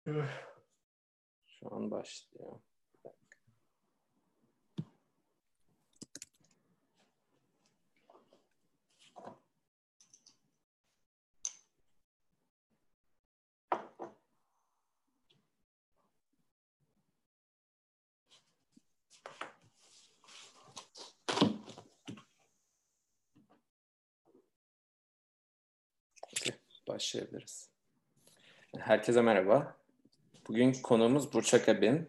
Şu an başlıyor. Başlayabiliriz. Herkese merhaba. Bugün konuğumuz Burçak Abin.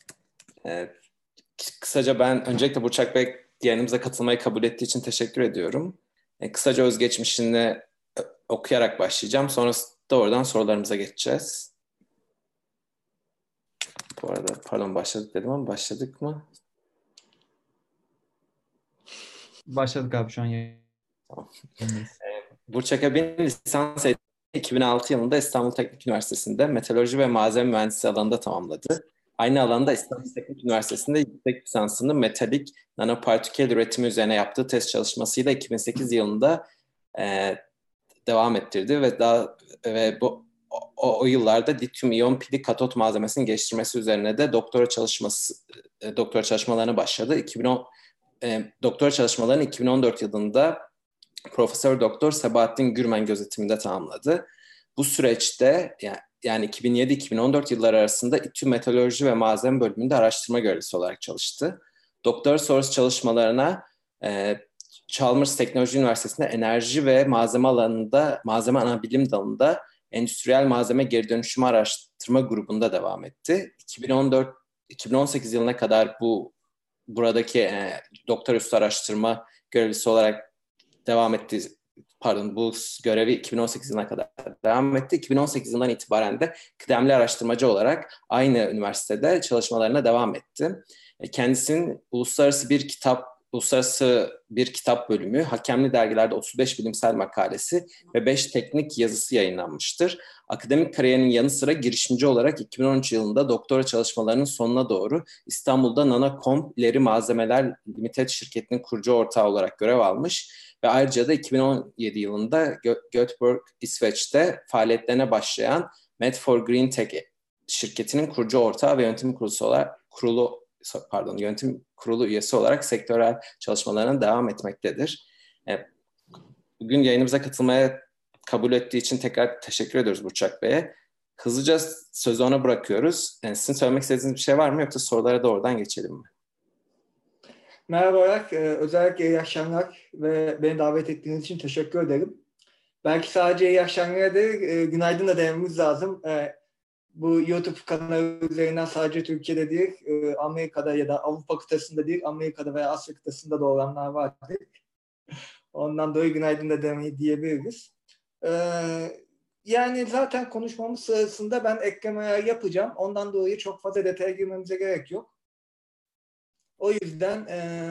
Kısaca ben öncelikle Burçak Bey yayınımıza katılmayı kabul ettiği için teşekkür ediyorum. Kısaca özgeçmişini okuyarak başlayacağım. Sonrasında oradan sorularımıza geçeceğiz. Bu arada pardon başladık dedim ama başladık mı? Başladık abi şu an Tamam. yayındayız. Burçak Abin lisans 2006 yılında İstanbul Teknik Üniversitesi'nde meteoroloji ve malzeme mühendisliği alanında tamamladı. Aynı alanda İstanbul Teknik Üniversitesi'nde yüksek lisansını metalik nanopartikül üretimi üzerine yaptığı test çalışmasıyla 2008 yılında devam ettirdi ve o yıllarda lityum iyon pili katot malzemesinin geliştirmesi üzerine de doktora çalışmalarına başladı. Doktora çalışmalarını 2014 yılında Profesör Doktor Sebahattin Gürmen gözetiminde tamamladı. Bu süreçte yani 2007-2014 yılları arasında İTÜ Meteoroloji ve Malzeme Bölümünde araştırma görevlisi olarak çalıştı. Doktora sonrası çalışmalarına Chalmers Teknoloji Üniversitesi'nde enerji ve malzeme alanında, malzeme anabilim dalında endüstriyel malzeme geri dönüşümü araştırma grubunda devam etti. 2018 yılına kadar buradaki doktorüstü araştırma görevlisi olarak devam etti. Bu görevi 2018 yılına kadar devam etti. 2018 yılından itibaren de kıdemli araştırmacı olarak aynı üniversitede çalışmalarına devam etti. Kendisinin uluslararası bir kitap bölümü, hakemli dergilerde 35 bilimsel makalesi ve 5 teknik yazısı yayınlanmıştır. Akademik kariyerinin yanı sıra girişimci olarak 2013 yılında doktora çalışmalarının sonuna doğru İstanbul'da Nanocomp İleri Malzemeler Limited şirketinin kurucu ortağı olarak görev almış ve ayrıca da 2017 yılında Göteborg, İsveç'te faaliyetlerine başlayan Med for Green Tech şirketinin kurucu ortağı ve yönetim kurulu üyesi olarak sektörel çalışmalarına devam etmektedir. Bugün yayınımıza katılmaya kabul ettiği için tekrar teşekkür ediyoruz Burçak Bey'e. Hızlıca sözü ona bırakıyoruz. Sizin söylemek istediğiniz bir şey var mı yoksa sorulara da oradan geçelim mi? Merhaba, özellikle iyi akşamlar ve beni davet ettiğiniz için teşekkür ederim. Belki sadece iyi akşamlar değil, günaydın da dememiz lazım. Bu YouTube kanalı üzerinden sadece Türkiye'de değil, Amerika'da ya da Avrupa kıtasında değil, Amerika'da veya Asya kıtasında da olanlar vardır. Ondan dolayı günaydın da demeyi diyebiliriz. Yani zaten konuşmamız sırasında ben eklemeler yapacağım. Ondan dolayı çok fazla detaya girmemize gerek yok. O yüzden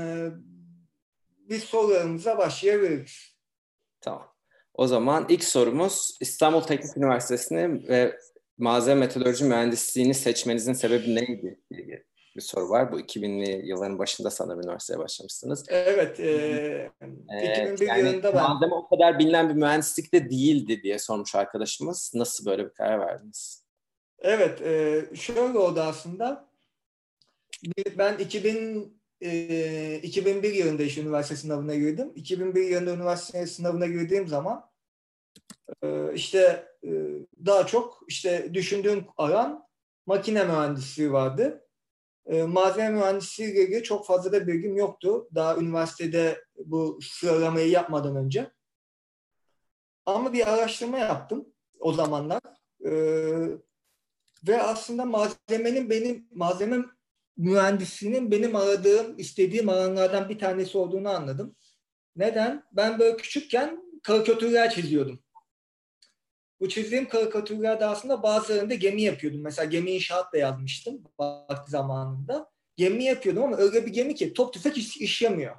biz sorularımıza başlayabiliriz. Tamam. O zaman ilk sorumuz İstanbul Teknik Üniversitesi'ni ve malzeme metodoloji mühendisliğini seçmenizin sebebi neydi diye bir soru var. Bu 2000'li yılların başında sanırım üniversiteye başlamışsınız. Evet. 2001 yılında ben... Malzeme o kadar bilinen bir mühendislik de değildi diye sormuş arkadaşımız. Nasıl böyle bir karar verdiniz? Evet. Şöyle oldu aslında. Ben 2001 yılında üniversite sınavına girdim. 2001 yılında üniversite sınavına girdiğim zaman daha çok düşündüğüm alan makine mühendisliği vardı. Malzeme mühendisliği ile ilgili çok fazla da bilgim yoktu. Daha üniversitede bu sıralamayı yapmadan önce. Ama bir araştırma yaptım o zamanlar. Ve aslında malzeme mühendisliğinin benim istediğim alanlardan bir tanesi olduğunu anladım. Neden? Ben böyle küçükken karikatürler çiziyordum. Bu çizdiğim karikatürlerde aslında bazılarında gemi yapıyordum. Mesela gemi inşaat da yazmıştım vakti zamanında. Gemi yapıyordum ama öyle bir gemi ki top tüfek işlemiyor.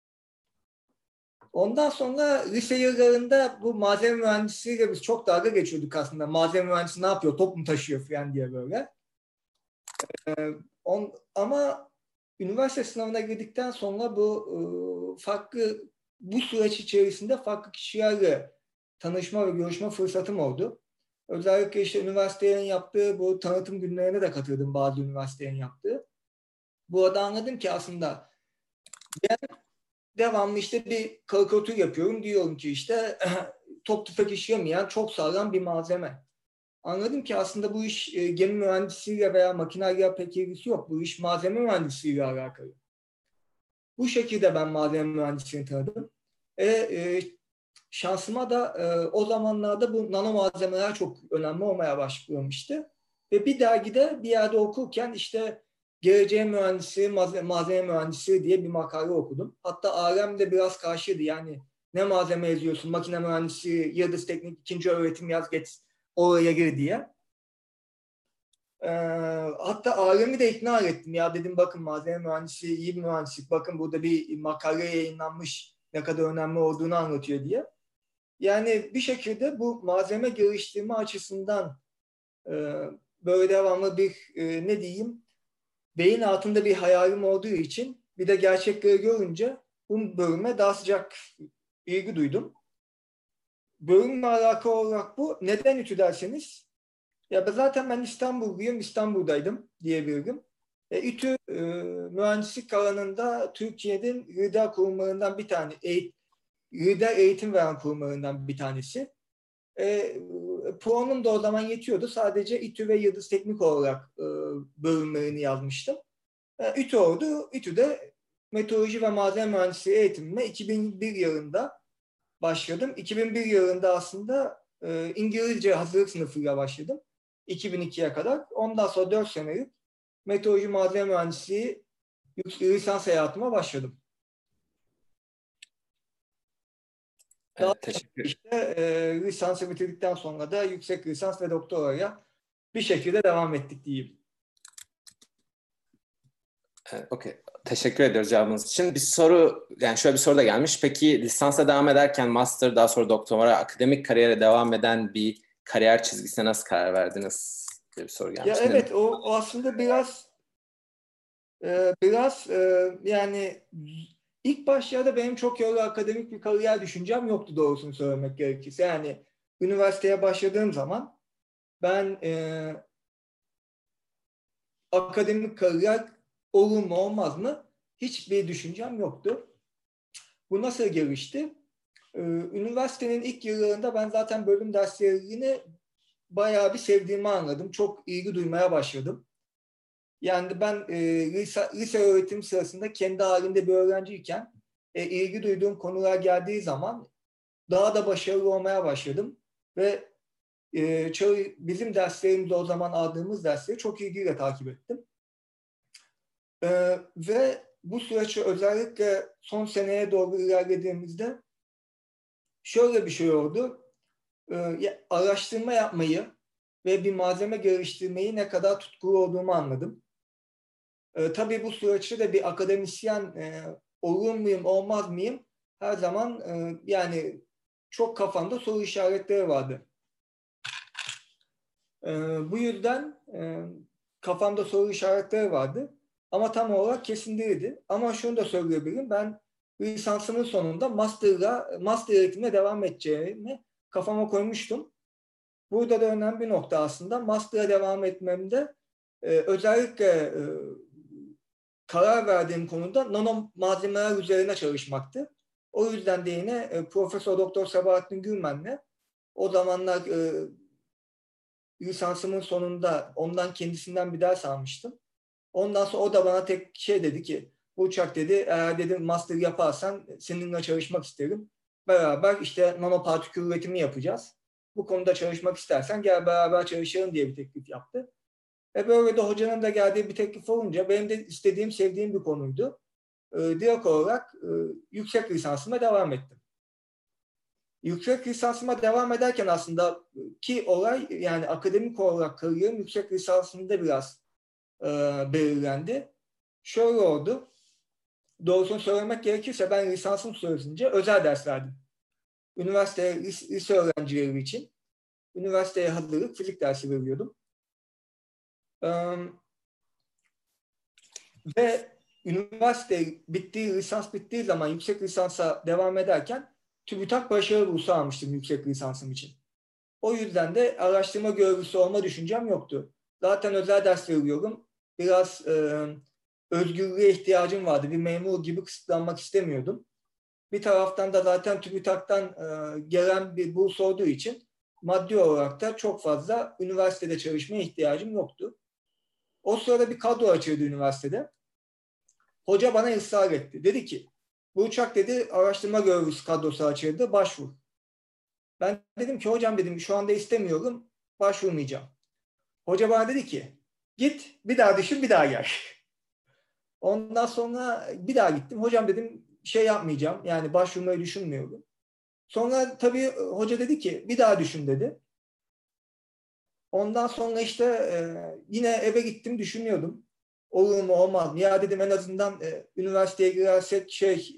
Ondan sonra lise yıllarında bu malzeme mühendisliğiyle biz çok dalga geçiyorduk aslında. Malzeme mühendisi ne yapıyor? Top mu taşıyor falan diye böyle. Ama üniversite sınavına girdikten sonra bu süreç içerisinde farklı kişilerle tanışma ve görüşme fırsatım oldu. Özellikle işte üniversitelerin yaptığı bu tanıtım günlerine de katıldım, bazı üniversitelerin yaptığı. Burada anladım ki aslında ben devamlı işte bir karikatür yapıyorum. Diyorum ki işte top tüfek işlemeyen çok sağlam bir malzeme. Anladım ki aslında bu iş gemi mühendisliğiyle veya makineyle pek ilgisi yok. Bu iş malzeme mühendisliğiyle alakalı. Bu şekilde ben malzeme mühendisliğini tanıdım. Şansıma da o zamanlarda bu nano malzemeler çok önemli olmaya başlamıştı. Ve bir dergide bir yerde okurken işte geleceğin mühendisi, malzeme mühendisi diye bir makale okudum. Hatta Alem de biraz karşıydı. Yani ne malzeme yazıyorsun, makine mühendisi, Yıldız Teknik 2. öğretim yaz geç oraya gir diye. Hatta Alem'i de ikna ettim. Ya dedim bakın malzeme mühendisi iyi bir mühendislik. Bakın burada bir makale yayınlanmış, ne kadar önemli olduğunu anlatıyor diye. Yani bir şekilde bu malzeme geliştirme açısından böyle devamlı bir ne diyeyim, beyin altında bir hayalim olduğu için bir de gerçekleri görünce bu bölüme daha sıcak ilgi duydum. Bölümle alakalı olarak bu. Neden İTÜ derseniz, ya zaten ben İstanbulluyum, İstanbul'daydım diyebilirim. İTÜ mühendislik alanında Türkiye'nin lider kurumlarından bir tane, lider eğitim veren kurumlarından bir tanesi. Puanım da o zaman yetiyordu. Sadece İTÜ ve Yıldız Teknik olarak bölümlerini yazmıştım. İTÜ oldu. İTÜ'de meteoroloji ve malzeme mühendisliği eğitimime 2001 yılında başladım. 2001 yılında aslında İngilizce hazırlık sınıfıyla başladım. 2002'ye kadar. Ondan sonra 4 senelik meteoroloji malzeme mühendisliği lisans hayatıma başladım. Evet, teşekkür İşte lisansı bitirdikten sonra da yüksek lisans ve doktoraya bir şekilde devam ettik diyeyim. Okay. Teşekkür ediyoruz cevabınız için. Bir soru, yani şöyle bir soru da gelmiş. Peki lisansa devam ederken master, daha sonra doktora, akademik kariyere devam eden bir kariyer çizgisine nasıl karar verdiniz diye bir soru gelmiş. Ya evet, o aslında biraz yani ilk başlarda benim çok öyle akademik bir kariyer düşüncem yoktu, doğrusunu söylemek gerekirse. Yani üniversiteye başladığım zaman ben akademik kariyer olur mu olmaz mı hiçbir düşüncem yoktu. Bu nasıl gelişti? Üniversitenin ilk yıllarında ben zaten bölüm derslerini bayağı bir sevdiğimi anladım. Çok ilgi duymaya başladım. Yani ben lise öğretim sırasında kendi halimde bir öğrenciyken ilgi duyduğum konular geldiği zaman daha da başarılı olmaya başladım. Ve bizim derslerimizde o zaman aldığımız dersleri çok ilgiyle takip ettim. Ve bu süreçte özellikle son seneye doğru ilerlediğimizde şöyle bir şey oldu. Araştırma yapmayı ve bir malzeme geliştirmeyi ne kadar tutkulu olduğumu anladım. Tabii bu süreçte de bir akademisyen olur muyum, olmaz mıyım? Her zaman yani çok kafamda soru işaretleri vardı. Bu yüzden kafamda soru işaretleri vardı. Ama tam olarak kesin değildi. Ama şunu da söyleyebilirim. Ben lisansımın sonunda master eğitimine devam edeceğimi kafama koymuştum. Burada da önemli bir nokta aslında. Master'a devam etmemde özellikle karar verdiğim konuda nano malzemeler üzerine çalışmaktı. O yüzden de yine Profesör Doktor Sabahattin Gülmen'le o zamanlar lisansımın sonunda ondan kendisinden bir ders almıştım. Ondan sonra o da bana tek şey dedi ki, Burçak dedi, eğer dedi master yaparsan seninle çalışmak isterim. Beraber işte nanopartikül üretimi yapacağız. Bu konuda çalışmak istersen gel beraber çalışalım diye bir teklif yaptı. Ve böyle de hocanın da geldiği bir teklif olunca benim de istediğim, sevdiğim bir konuydu. Direkt olarak yüksek lisansıma devam ettim. Yüksek lisansıma devam ederken aslında ki olay, yani akademik olarak kariyerim yüksek lisansında biraz belirlendi. Şöyle oldu. Doğrusunu söylemek gerekirse ben lisansım süresince özel ders verdim. Üniversite lise öğrencileri için üniversiteye hazırlık fizik dersi veriyordum. Ve üniversite bittiği, lisans bittiği zaman yüksek lisansa devam ederken TÜBİTAK başarı bursu almıştım yüksek lisansım için. O yüzden de araştırma görevlisi olma düşüncem yoktu. Zaten özel ders veriyorum. Biraz özgürlüğe ihtiyacım vardı. Bir memur gibi kısıtlanmak istemiyordum. Bir taraftan da zaten TÜBİTAK'tan gelen bir burs olduğu için maddi olarak da çok fazla üniversitede çalışmaya ihtiyacım yoktu. O sırada bir kadro açıldı üniversitede. Hoca bana ısrar etti. Dedi ki, Burçak dedi araştırma görevlisi kadrosu açıldı, başvur. Ben dedim ki hocam dedim şu anda istemiyorum, başvurmayacağım. Hoca bana dedi ki git bir daha düşün bir daha gel. Ondan sonra bir daha gittim. Hocam dedim şey yapmayacağım yani başvurmayı düşünmüyorum. Sonra tabii hoca dedi ki bir daha düşün dedi. Ondan sonra işte yine eve gittim düşünüyordum. Olur mu olmaz mı? Ya dedim en azından üniversiteye girersek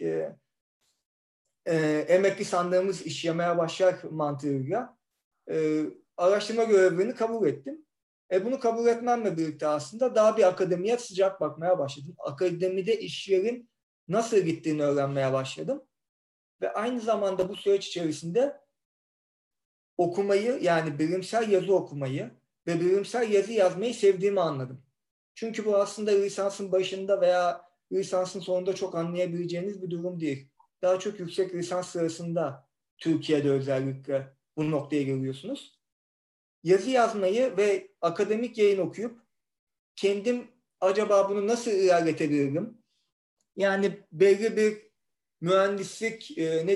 emekli sandığımız iş yemeye başlar mantığıyla araştırma görevini kabul ettim. Bunu kabul etmemle birlikte aslında daha bir akademiye sıcak bakmaya başladım. Akademide işlerin nasıl gittiğini öğrenmeye başladım. Ve aynı zamanda bu süreç içerisinde okumayı yani bilimsel yazı okumayı ve bilimsel yazı yazmayı sevdiğimi anladım. Çünkü bu aslında lisansın başında veya lisansın sonunda çok anlayabileceğiniz bir durum değil. Daha çok yüksek lisans sırasında Türkiye'de özellikle bu noktaya geliyorsunuz. Yazı yazmayı ve akademik yayın okuyup kendim acaba bunu nasıl ilerletebilirim? Yani belli bir mühendislik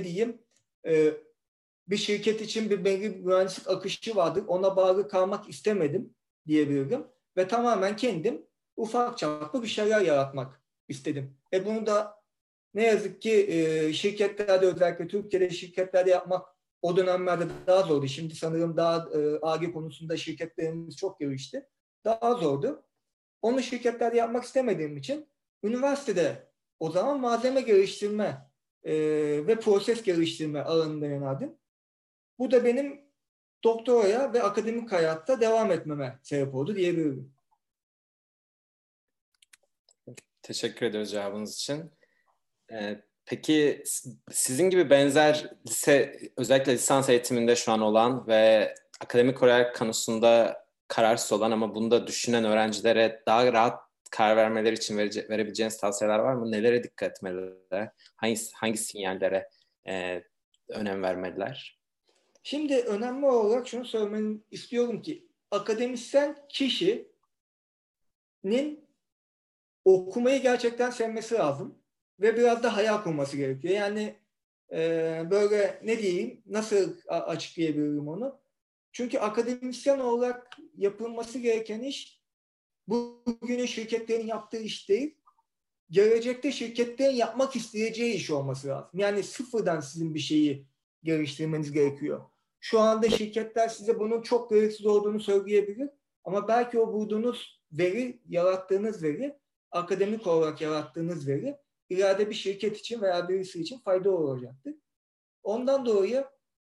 bir şirket için bir belli bir mühendislik akışı vardır. Ona bağlı kalmak istemedim diyebilirim. Ve tamamen kendim ufak çaplı bir şeyler yaratmak istedim. Bunu da ne yazık ki şirketlerde özellikle Türkiye'de şirketlerde yapmak o dönemlerde daha zordu. Şimdi sanırım daha Ar-Ge konusunda şirketlerimiz çok gelişti. Daha zordu. Onu şirketlerde yapmak istemediğim için üniversitede o zaman malzeme geliştirme ve proses geliştirme alanında yöneldim. Bu da benim doktoraya ve akademik hayatta devam etmeme sebep oldu diyebilirim. Teşekkür ediyoruz cevabınız için. Peki sizin gibi benzer özellikle lisans eğitiminde şu an olan ve akademik olarak konusunda kararsız olan ama bunu da düşünen öğrencilere daha rahat karar vermeleri için verebileceğiniz tavsiyeler var mı? Nelere dikkat etmeliler? Hangi sinyallere önem vermeliler? Şimdi önemli olarak şunu söylemeni istiyorum ki akademisyen kişinin okumayı gerçekten sevmesi lazım ve biraz da hayal kurması gerekiyor. Yani böyle ne diyeyim, nasıl açıklayabilirim onu? Çünkü akademisyen olarak yapılması gereken iş bugünün şirketlerin yaptığı iş değil, gelecekte şirketlerin yapmak isteyeceği iş olması lazım. Yani sıfırdan sizin bir şeyi geliştirmeniz gerekiyor. Şu anda şirketler size bunun çok gereksiz olduğunu söyleyebilir ama belki o bulduğunuz veri, yarattığınız veri, akademik olarak yarattığınız veri ileride bir şirket için veya birisi için faydalı olacaktır. Ondan dolayı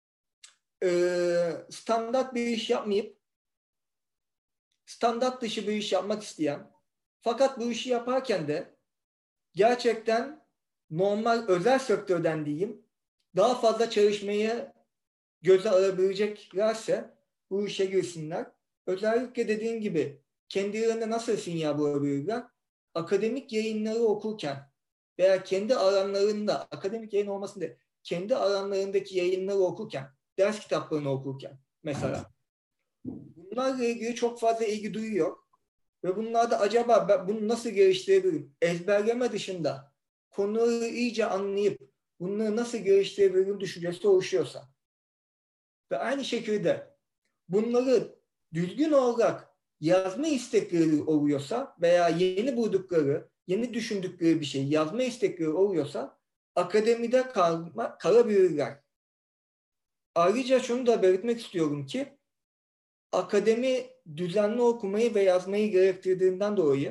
standart bir iş yapmayıp standart dışı bir iş yapmak isteyen fakat bu işi yaparken de gerçekten normal özel sektörden diyeyim daha fazla çalışmayı göze alabileceklerse bu işe girsinler. Özellikle dediğim gibi kendilerine nasıl sinyal bulabilirler? Akademik yayınları okurken veya kendi alanlarında akademik yayın olmasın diye kendi alanlarındaki yayınları okurken, ders kitaplarını okurken mesela bunlarla ilgili çok fazla ilgi duyuyor. Ve bunlarda acaba ben bunu nasıl geliştirebilirim? Ezberleme dışında konuları iyice anlayıp bunları nasıl geliştirebilirim düşüncesi oluşuyorsa ve aynı şekilde bunları düzgün olarak yazma istekleri oluyorsa veya yeni buldukları, yeni düşündükleri bir şey yazma istekleri oluyorsa akademide kalabilirler. Ayrıca şunu da belirtmek istiyorum ki akademi düzenli okumayı ve yazmayı gerektirdiğinden dolayı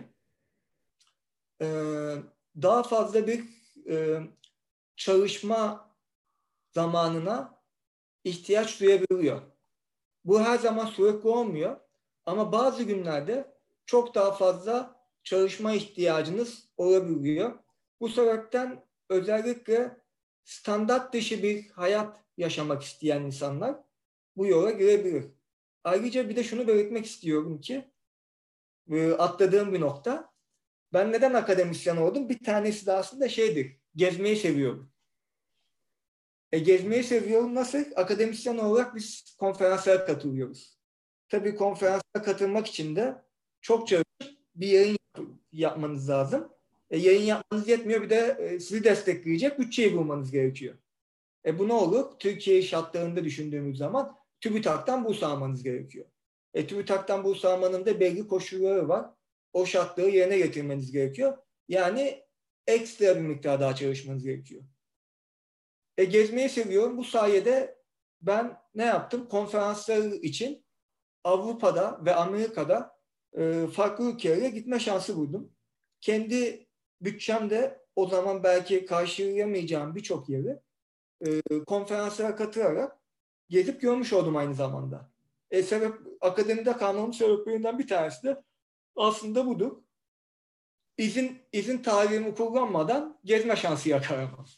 daha fazla bir çalışma zamanına ihtiyaç duyabiliyor. Bu her zaman sürekli olmuyor ama bazı günlerde çok daha fazla çalışma ihtiyacınız olabiliyor. Bu sebepten özellikle standart dışı bir hayat yaşamak isteyen insanlar bu yola girebilir. Ayrıca bir de şunu belirtmek istiyorum ki atladığım bir nokta. Ben neden akademisyen oldum? Bir tanesi de aslında şeydir. Gezmeyi seviyorum. Gezmeyi seviyorum nasıl? Akademisyen olarak biz konferanslara katılıyoruz. Tabii konferanslara katılmak için de çok çalışıp bir yayın yapmanız lazım. Yayın yapmanız yetmiyor, bir de sizi destekleyecek bütçeyi bulmanız gerekiyor. Bu ne olur? Türkiye şartlarında düşündüğümüz zaman TÜBİTAK'tan burs almanız gerekiyor. TÜBİTAK'tan burs almanın da belli koşulları var. O şartları yerine getirmeniz gerekiyor. Yani ekstra bir miktar daha çalışmanız gerekiyor. Gezmeyi seviyorum. Bu sayede ben ne yaptım? Konferanslar için Avrupa'da ve Amerika'da farklı ülkelere gitme şansı buldum. Kendi bütçemde o zaman belki karşılayamayacağım birçok yeri konferanslara katılarak gezip görmüş oldum aynı zamanda. Akademide kalmamın sebeplerinden bir tanesi de aslında budur. İzin tarihimi kullanmadan gezme şansı yakalamam.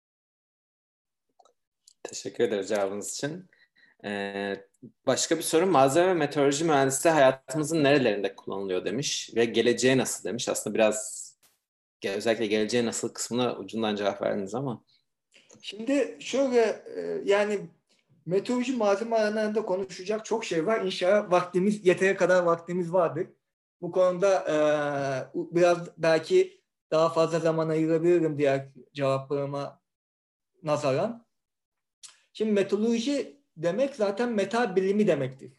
Teşekkür ederiz cevabınız için. Başka bir soru. Malzeme ve meteoroloji mühendisliği hayatımızın nerelerinde kullanılıyor demiş ve geleceğe nasıl demiş. Aslında biraz özellikle geleceğe nasıl kısmına ucundan cevap verdiniz ama. Şimdi şöyle yani meteoroloji malzeme alanlarında konuşacak çok şey var. İnşallah yeteri kadar vaktimiz vardır. Bu konuda biraz belki daha fazla zaman ayırabilirim diğer cevaplarıma nazaran. Şimdi meteoroloji demek zaten metal bilimi demektir.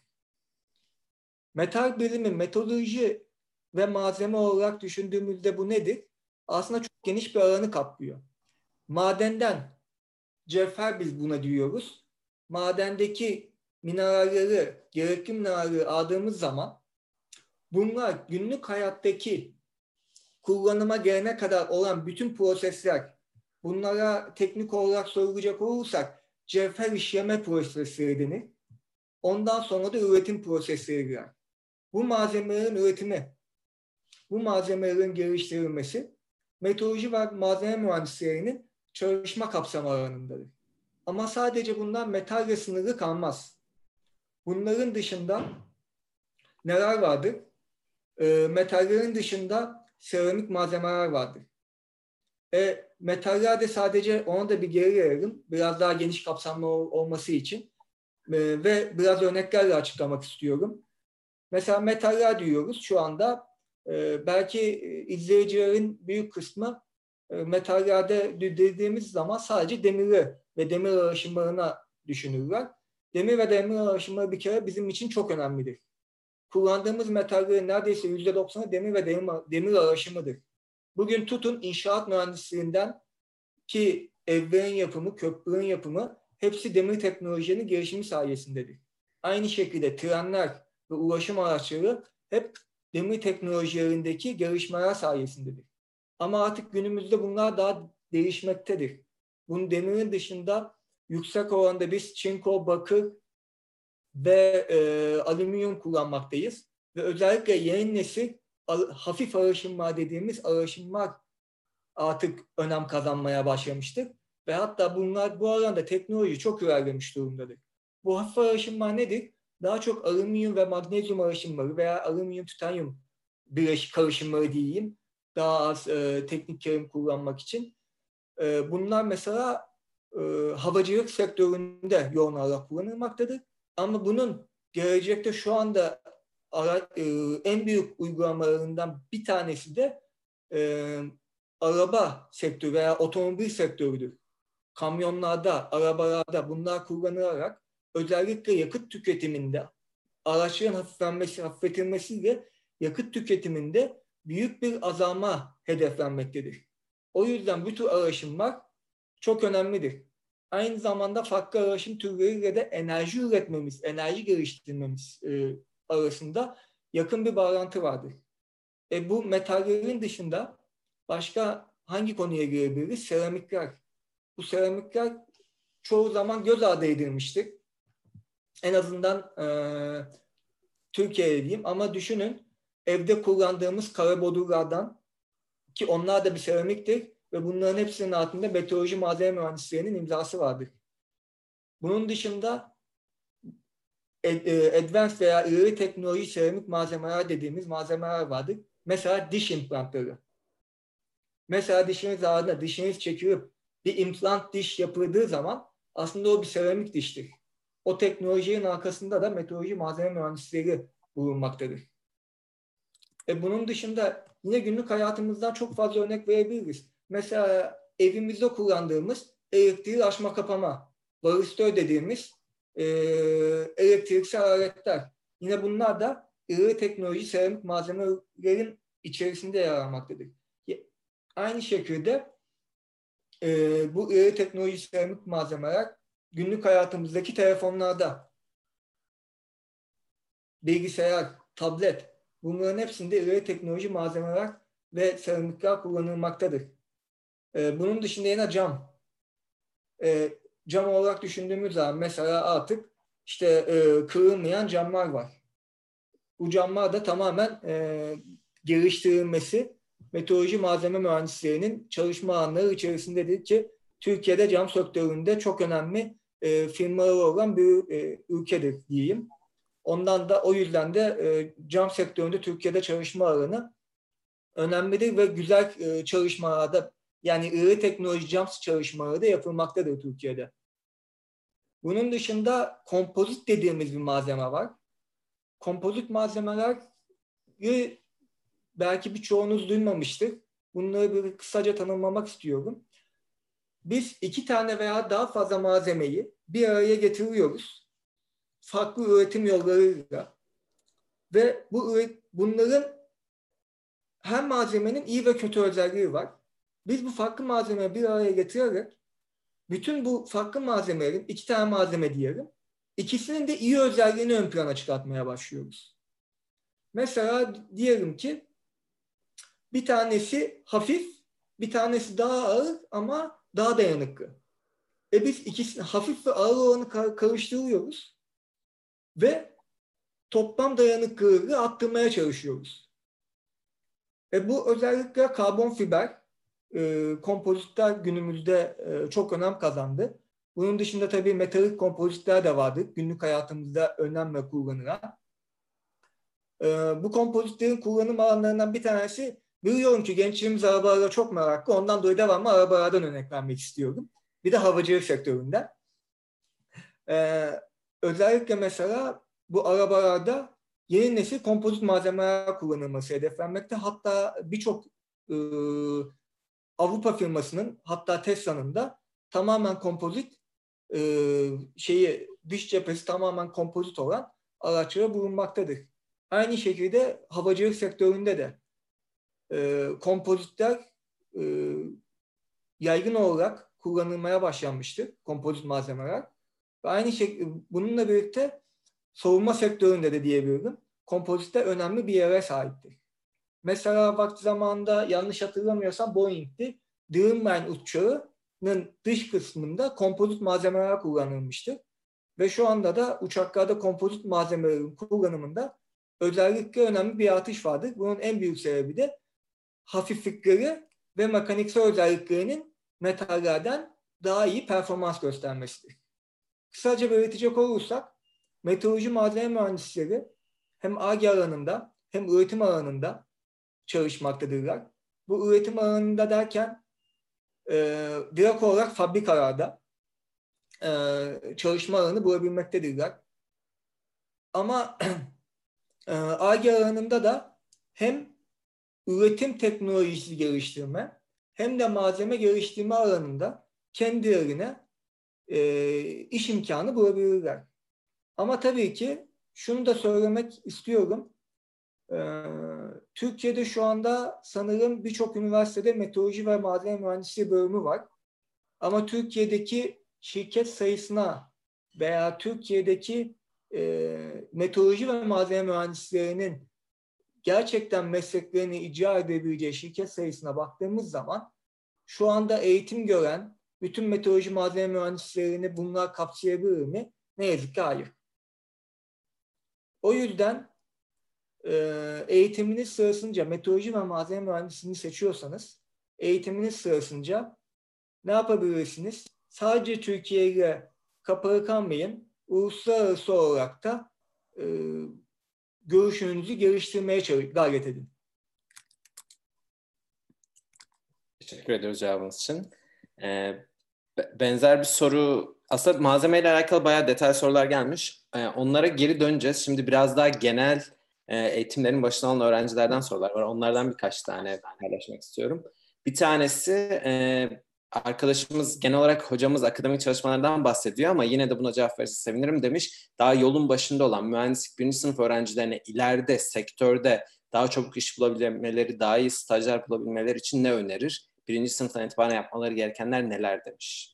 Metal bilimi, meteoroloji ve malzeme olarak düşündüğümüzde bu nedir? Aslında çok geniş bir alanı kaplıyor. Madenden cevher biz buna diyoruz. Madendeki mineralleri, gerekli mineralleri aldığımız zaman bunlar günlük hayattaki kullanıma gelene kadar olan bütün prosesler, bunlara teknik olarak sorulacak olursak cevher işleme prosesleri denir. Ondan sonra da üretim prosesleri girer. Bu malzemelerin üretimi, bu malzemelerin geliştirilmesi meteoroloji ve malzeme mühendislerinin çalışma kapsamı alanındadır. Ama sadece bundan metalle sınırlı kalmaz. Bunların dışında neler vardır? Metallerin dışında seramik malzemeler vardır. Metallerde sadece ona da bir geri verelim. Biraz daha geniş kapsamlı olması için. Ve biraz örneklerle açıklamak istiyorum. Mesela metaller diyoruz şu anda. Belki izleyicilerin büyük kısmı metallerde dediğimiz zaman sadece demiri ve demir alaşımlarına düşünürler. Demir ve demir alaşımları bir kere bizim için çok önemlidir. Kullandığımız metallerin neredeyse %90'ı demir ve demir alaşımıdır. Bugün tutun inşaat mühendisliğinden ki evlerin yapımı, köprülerin yapımı hepsi demir teknolojilerinin gelişimi sayesindedir. Aynı şekilde trenler ve ulaşım araçları hep demir teknolojilerindeki gelişmeler sayesindedir. Ama artık günümüzde bunlar daha değişmektedir. Bunun demirin dışında yüksek oranda biz çinko, bakır ve alüminyum kullanmaktayız. Ve özellikle yeni nesil hafif araşımlar dediğimiz araşımlar artık önem kazanmaya başlamıştır. Ve hatta bu alanda teknoloji çok ilerlemiş durumdadır. Bu hafif araşımlar nedir? Daha çok alüminyum ve magnezyum araşımları veya alüminyum-titanyum karışımları diyeyim. Daha az teknik terim kullanmak için. Bunlar mesela havacılık sektöründe yoğun olarak kullanılmaktadır. Ama bunun gelecekte şu anda en büyük uygulamalarından bir tanesi de araba sektörü veya otomobil sektörüdür. Kamyonlarda, arabalarda bunlar kullanılarak özellikle yakıt tüketiminde araçların hafifletilmesiyle yakıt tüketiminde büyük bir azalma hedeflenmektedir. O yüzden bu tür araşımlar çok önemlidir. Aynı zamanda farklı araşım türleriyle de enerji üretmemiz, enerji geliştirmemiz arasında yakın bir bağlantı vardır. Bu metallerin dışında başka hangi konuya girebiliriz? Seramikler. Bu seramikler çoğu zaman göz ardı edilmiştir. En azından Türkiye'de diyeyim ama düşünün evde kullandığımız kara bodurlardan ki onlar da bir seramiktir ve bunların hepsinin altında meteoroloji malzeme mühendislerinin imzası vardır. Bunun dışında advanced veya ileri teknoloji seramik malzemeler dediğimiz malzemeler vardır. Mesela diş implantları. Mesela dişiniz ağrıda dişiniz çekilip bir implant diş yapıldığı zaman aslında o bir seramik diştir. O teknolojinin arkasında da metroloji malzeme mühendisleri bulunmaktadır. Bunun dışında yine günlük hayatımızdan çok fazla örnek verebiliriz. Mesela evimizde kullandığımız elektriği açma kapama, varistör dediğimiz elektriksel aletler. Yine bunlar da ileri teknoloji seramik malzemelerin içerisinde yer almaktadır. Aynı şekilde bu ileri teknoloji seramik malzemeler günlük hayatımızdaki telefonlarda, bilgisayar, tablet, bunların hepsinde ileri teknoloji malzemeler ve seramikler kullanılmaktadır. Bunun dışında yine cam. Cam olarak düşündüğümüz zaman mesela artık işte kırılmayan camlar var. Bu camlar da tamamen geliştirilmesi meteoroloji malzeme mühendislerinin çalışma alanları içerisindedir ki Türkiye'de cam sektöründe çok önemli firmaları olan bir ülkedir diyeyim. Ondan da o yüzden de cam sektöründe Türkiye'de çalışma alanı önemlidir ve güzel çalışmalarda yani ileri teknoloji cam çalışmaları da yapılmaktadır Türkiye'de. Bunun dışında kompozit dediğimiz bir malzeme var. Kompozit malzemeler belki birçoğunuz duymamıştır. Bunları bir kısaca tanımlamak istiyorum. Biz 2 tane veya daha fazla malzemeyi bir araya getiriyoruz. Farklı üretim yollarıyla. Ve bunların her malzemenin iyi ve kötü özelliği var. Biz bu farklı malzemeyi bir araya getirerek bütün bu farklı malzemelerin 2 tane malzeme diyelim. İkisinin de iyi özelliğini ön plana çıkartmaya başlıyoruz. Mesela diyelim ki bir tanesi hafif, bir tanesi daha ağır ama daha dayanıklı. Biz ikisini hafif ve ağır olanı karıştırıyoruz ve toplam dayanıklılığı arttırmaya çalışıyoruz. Bu özellikle karbon fiber kompozitler günümüzde çok önem kazandı. Bunun dışında tabii metalik kompozitler de vardı. Günlük hayatımızda önemli kullanılan. Bu kompozitlerin kullanım alanlarından bir tanesi, biliyorum ki gençliğimiz arabalara çok meraklı. Ondan dolayı devamlı arabalardan örnek vermek istiyorum. Bir de havacılık sektöründen. Özellikle mesela bu arabalarda yeni nesil kompozit malzemeler kullanılması hedeflenmekte. Hatta birçok Avrupa firmasının, hatta Tesla'nın da tamamen kompozit dış cephesi tamamen kompozit olan araçları bulunmaktadır. Aynı şekilde havacılık sektöründe de kompozitler yaygın olarak kullanılmaya başlanmıştır. Kompozit malzemeler. Ve aynı şekilde bununla birlikte savunma sektöründe de diyebilirim. Kompozitler önemli bir yere sahiptir. Mesela vakti zamanında yanlış hatırlamıyorsam Boeing'ti. Dreamliner uçağının dış kısmında kompozit malzemeler kullanılmıştır. Ve şu anda da uçaklarda kompozit malzemelerin kullanımında özellikle önemli bir artış vardır. Bunun en büyük sebebi de hafiflikleri ve mekaniksel özelliklerinin metallerden daha iyi performans göstermesidir. Kısaca belirtecek olursak, meteoroloji malzeme mühendisleri hem Ar-Ge alanında hem üretim alanında çalışmaktadırlar. Bu üretim alanında derken direkt olarak fabrikalarda çalışma alanı bulabilmektedirler. Ama Ar-Ge alanında da hem üretim teknolojisi geliştirme hem de malzeme geliştirme alanında kendilerine iş imkanı bulabilirler. Ama tabii ki şunu da söylemek istiyorum. Türkiye'de şu anda sanırım birçok üniversitede meteoroloji ve malzeme mühendisliği bölümü var. Ama Türkiye'deki şirket sayısına veya Türkiye'deki meteoroloji ve malzeme mühendislerinin gerçekten mesleklerini icra edebileceği şirket sayısına baktığımız zaman şu anda eğitim gören bütün meteoroloji malzeme mühendislerini bunlar kapsayabilir mi? Ne yazık ki hayır. O yüzden eğitiminiz sırasınca meteoroloji ve malzeme mühendisliğini seçiyorsanız eğitiminiz sırasınca ne yapabilirsiniz? Sadece Türkiye ile kapalı kalmayın. uluslararası olarak da görüşünüzü geliştirmeye gayret edin. Teşekkür ediyoruz cevabınız için. Benzer bir soru, aslında malzemeyle alakalı bayağı detaylı sorular gelmiş. Onlara geri döneceğiz. Şimdi biraz daha genel eğitimlerin başına alan öğrencilerden sorular var. Onlardan birkaç tane paylaşmak istiyorum. Bir tanesi arkadaşımız, genel olarak hocamız akademik çalışmalardan bahsediyor ama yine de buna cevap verirse sevinirim demiş. Daha yolun başında olan mühendislik 1. sınıf öğrencilerine ileride sektörde daha çabuk iş bulabilmeleri, daha iyi stajyer bulabilmeleri için ne önerir? 1. sınıftan itibaren yapmaları gerekenler neler demiş.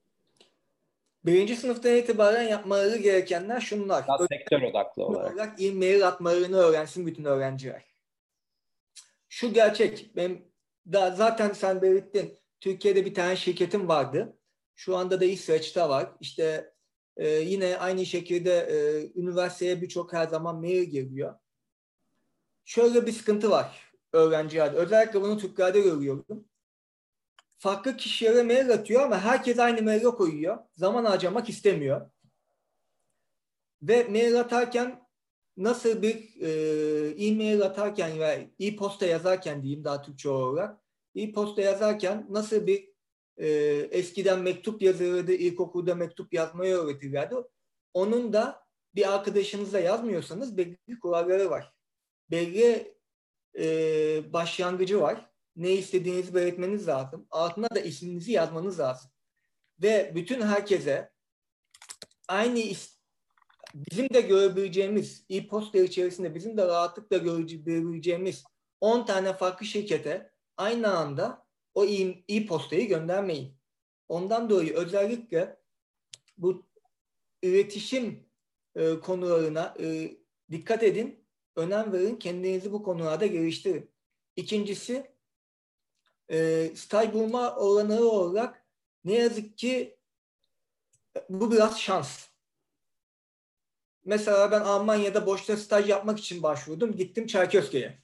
1. sınıftan itibaren yapmaları gerekenler şunlar. Daha sektör odaklı olarak. E-mail atmalarını öğrensin bütün öğrenciler. Şu gerçek. Zaten sen belirttin. Türkiye'de bir tane şirketim vardı. Şu anda da İsveç'te var. İşte yine aynı şekilde üniversiteye birçok her zaman mail geliyor. Şöyle bir sıkıntı var öğrencilerde. Özellikle bunu Türklerde görüyorum. Farklı kişilere mail atıyor ama herkes aynı maile koyuyor. Zaman harcamak istemiyor. Ve mail atarken nasıl bir e-mail atarken ve e-posta yazarken diyeyim daha Türkçe olarak e-posta yazarken nasıl bir eskiden mektup yazılırdı, ilkokulda mektup yazmayı öğretirlerdi. Onun da bir arkadaşınıza yazmıyorsanız belli kuralları var. Belli başlangıcı var. Ne istediğinizi belirtmeniz lazım. Altına da isminizi yazmanız lazım. Ve bütün herkese aynı bizim de görebileceğimiz e-posta içerisinde bizim de rahatlıkla görebileceğimiz 10 tane farklı şirkete aynı anda o e-postayı göndermeyin. Ondan dolayı özellikle bu iletişim konularına dikkat edin, önem verin, kendinizi bu konularda geliştirin. İkincisi, staj bulma olanları olarak ne yazık ki bu biraz şans. Mesela ben Almanya'da boşta staj yapmak için başvurdum. Gittim Çerkezköy'e.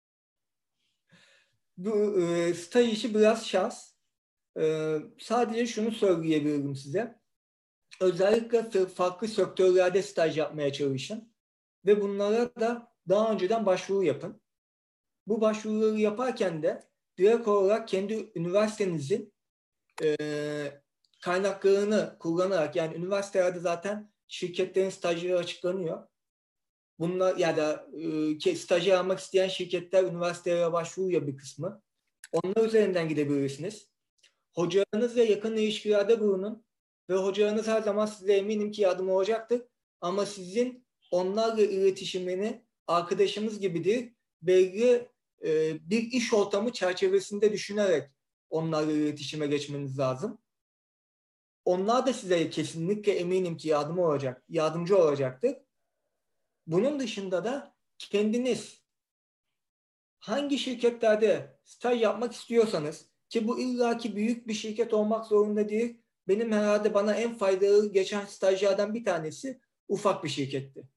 Bu staj işi biraz şans. Sadece şunu söyleyebilirim size. Özellikle farklı sektörlerde staj yapmaya çalışın. Ve bunlara da daha önceden başvuru yapın. Bu başvuruları yaparken de direkt olarak kendi üniversitenizin kaynaklarını kullanarak, yani üniversitelerde zaten şirketlerin stajyeri açıklanıyor. Bunlar ya da stajyer almak isteyen şirketler üniversitelere başvuruyor bir kısmı. Onlar üzerinden gidebilirsiniz. Hocalarınızla yakın ilişkilerde bulunun ve hocalarınız her zaman size eminim ki yardım olacaktır. Ama sizin onlarla iletişimini arkadaşınız gibidir. Belli bir iş ortamı çerçevesinde düşünerek onlarla iletişime geçmeniz lazım. Onlar da size kesinlikle eminim ki yardımcı olacaktır. Bunun dışında da kendiniz hangi şirketlerde staj yapmak istiyorsanız, ki bu illaki büyük bir şirket olmak zorunda değil. Benim herhalde bana en faydalı geçen stajlardan bir tanesi ufak bir şirketti.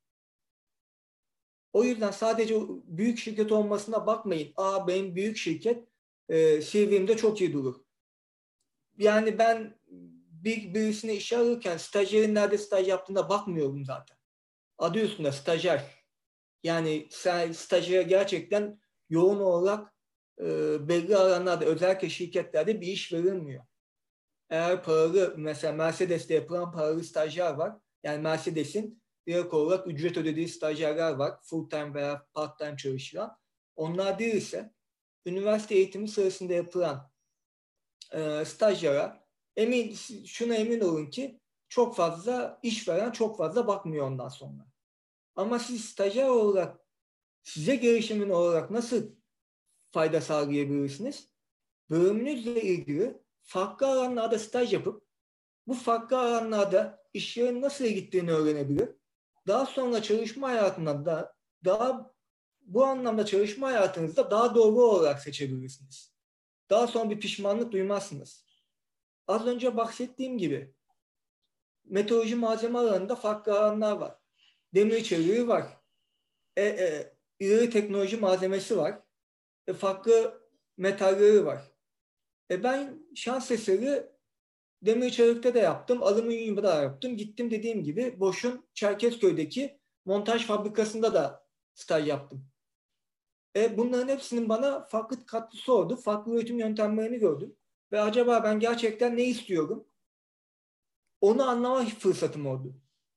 O yüzden sadece büyük şirket olmasına bakmayın. Benim büyük şirket CV'mde çok iyi durur. Yani ben birisine işe alırken stajyerin nerede staj yaptığına bakmıyorum zaten. Adı üstünde stajyer. Yani stajyere gerçekten yoğun olarak belli alanlarda, özellikle şirketlerde bir iş verilmiyor. Eğer paralı, mesela Mercedes'te yapılan paralı stajyer var. Yani Mercedes'in direkt olarak ücret ödediği stajyerler var. Full time veya part time çalışılan. Onlar değilse üniversite eğitimi sırasında yapılan stajyere şuna emin olun ki çok fazla işveren çok fazla bakmıyor ondan sonra. Ama siz stajyer olarak size gelişimin olarak nasıl fayda sağlayabilirsiniz? Bölümünüzle ilgili farklı alanlarda staj yapıp bu farklı alanlarda işlerin nasıl gittiğini öğrenebilir. Daha sonra çalışma hayatında bu anlamda çalışma hayatınızda daha doğru olarak seçebilirsiniz. Daha sonra bir pişmanlık duymazsınız. Az önce bahsettiğim gibi meteoroloji malzeme alanında farklı alanlar var. Demir çeliği var. İleri teknoloji malzemesi var. Farklı metalleri var. Ben şans eseri Demirçelik'te de yaptım. Alüminyum'da da yaptım. Gittim dediğim gibi Bosch'un Çerkezköy'deki montaj fabrikasında da staj yaptım. Bunların hepsinin bana farklı katkısı oldu. Farklı üretim yöntemlerini gördüm. Ve acaba ben gerçekten ne istiyorum? Onu anlama fırsatım oldu.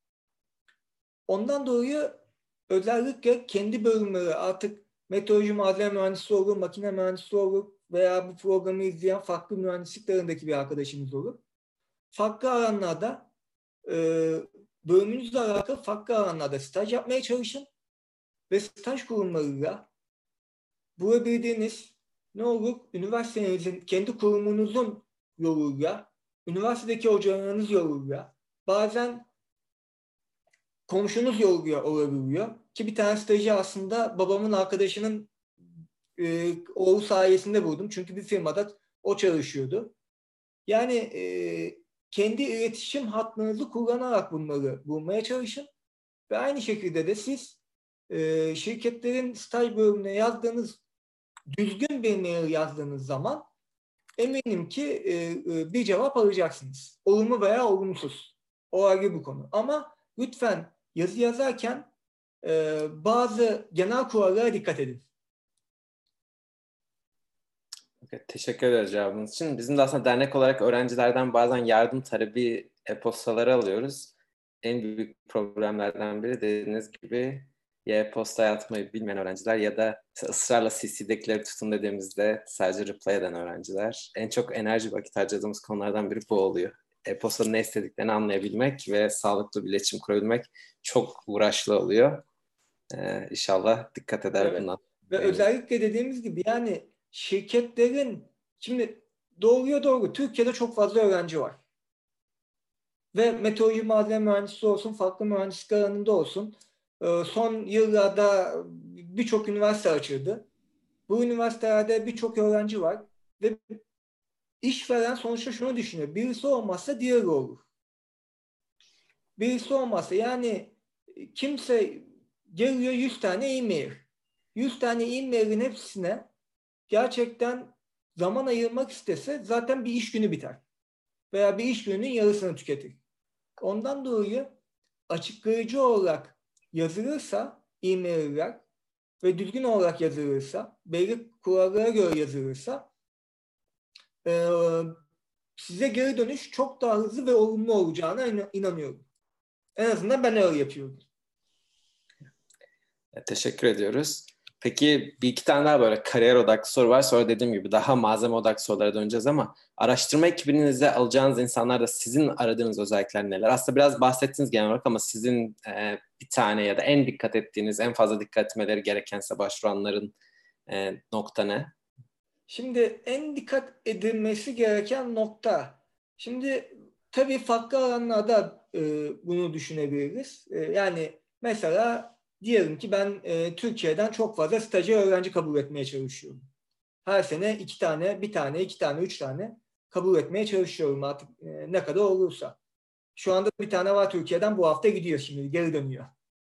Ondan dolayı özellikle kendi bölümleri artık meteoroloji malzeme mühendisi olur, makine mühendisi olur veya bu programı izleyen farklı mühendisliklerindeki bir arkadaşımız olur. Farklı alanlarda bölümünüzle alakalı farklı alanlarda staj yapmaya çalışın ve staj kurumlarıyla bulabildiğiniz ne olur? Üniversitenizin, kendi kurumunuzun yoluyla, üniversitedeki hocalarınız yoluyla, bazen komşunuz yoluyla olabiliyor. Ki bir tane stajı aslında babamın arkadaşının oğlu sayesinde buldum. Çünkü bir firmada o çalışıyordu. Yani kendi iletişim hattınızı kullanarak bunları bulmaya çalışın. Ve aynı şekilde de siz şirketlerin staj bölümüne yazdığınız, düzgün bir mail yazdığınız zaman eminim ki bir cevap alacaksınız. Olumlu veya olumsuz. O ayrı bir konu. Ama lütfen yazı yazarken bazı genel kurallara dikkat edin. Evet, teşekkür ederiz cevabınız için. Bizim de aslında dernek olarak öğrencilerden bazen yardım talebi e-postaları alıyoruz. En büyük problemlerden biri dediğiniz gibi ya e-postaya atmayı bilmeyen öğrenciler ya da ısrarla CC'dekileri tutun dediğimizde sadece reply eden öğrenciler. En çok enerji vakit harcadığımız konulardan biri bu oluyor. E-postanın ne istediklerini anlayabilmek ve sağlıklı bir iletişim kurabilmek çok uğraşlı oluyor. İnşallah dikkat eder Evet. bundan. Ve özellikle dediğimiz gibi yani şirketlerin şimdi doğru Türkiye'de çok fazla öğrenci var. Ve meteoroloji malzeme mühendisi olsun, farklı mühendislik alanında olsun. Son yıllarda birçok üniversite açıldı. Bu üniversitelerde birçok öğrenci var. Ve işveren sonuçta şunu düşünüyor. Birisi olmazsa diğeri olur. Birisi olmazsa yani kimse geliyor 100 tane e-mail. 100 tane e-mailin hepsine gerçekten zaman ayırmak istese zaten bir iş günü biter. Veya bir iş gününün yarısını tüketir. Ondan dolayı açıklayıcı olarak yazılırsa e-mailler ve düzgün olarak yazılırsa, belli kurallara göre yazılırsa size geri dönüş çok daha hızlı ve olumlu olacağına inanıyorum. En azından ben öyle yapıyorum. Teşekkür ediyoruz. Peki bir iki tane daha böyle kariyer odaklı soru var. Sonra dediğim gibi daha malzeme odaklı sorulara döneceğiz ama araştırma ekibinizde alacağınız insanlarda sizin aradığınız özellikler neler? Aslında biraz bahsettiniz genel olarak ama sizin bir tane ya da en dikkat ettiğiniz, en fazla dikkat etmeleri gerekense başvuranların nokta ne? Şimdi en dikkat edilmesi gereken nokta. Şimdi tabii farklı alanlarda bunu düşünebiliriz. Yani mesela diyelim ki ben Türkiye'den çok fazla stajyer öğrenci kabul etmeye çalışıyorum. Her sene 2 tane, 1 tane, 2 tane, 3 tane kabul etmeye çalışıyorum artık ne kadar olursa. Şu anda bir tane var Türkiye'den, bu hafta gidiyor şimdi, geri dönüyor.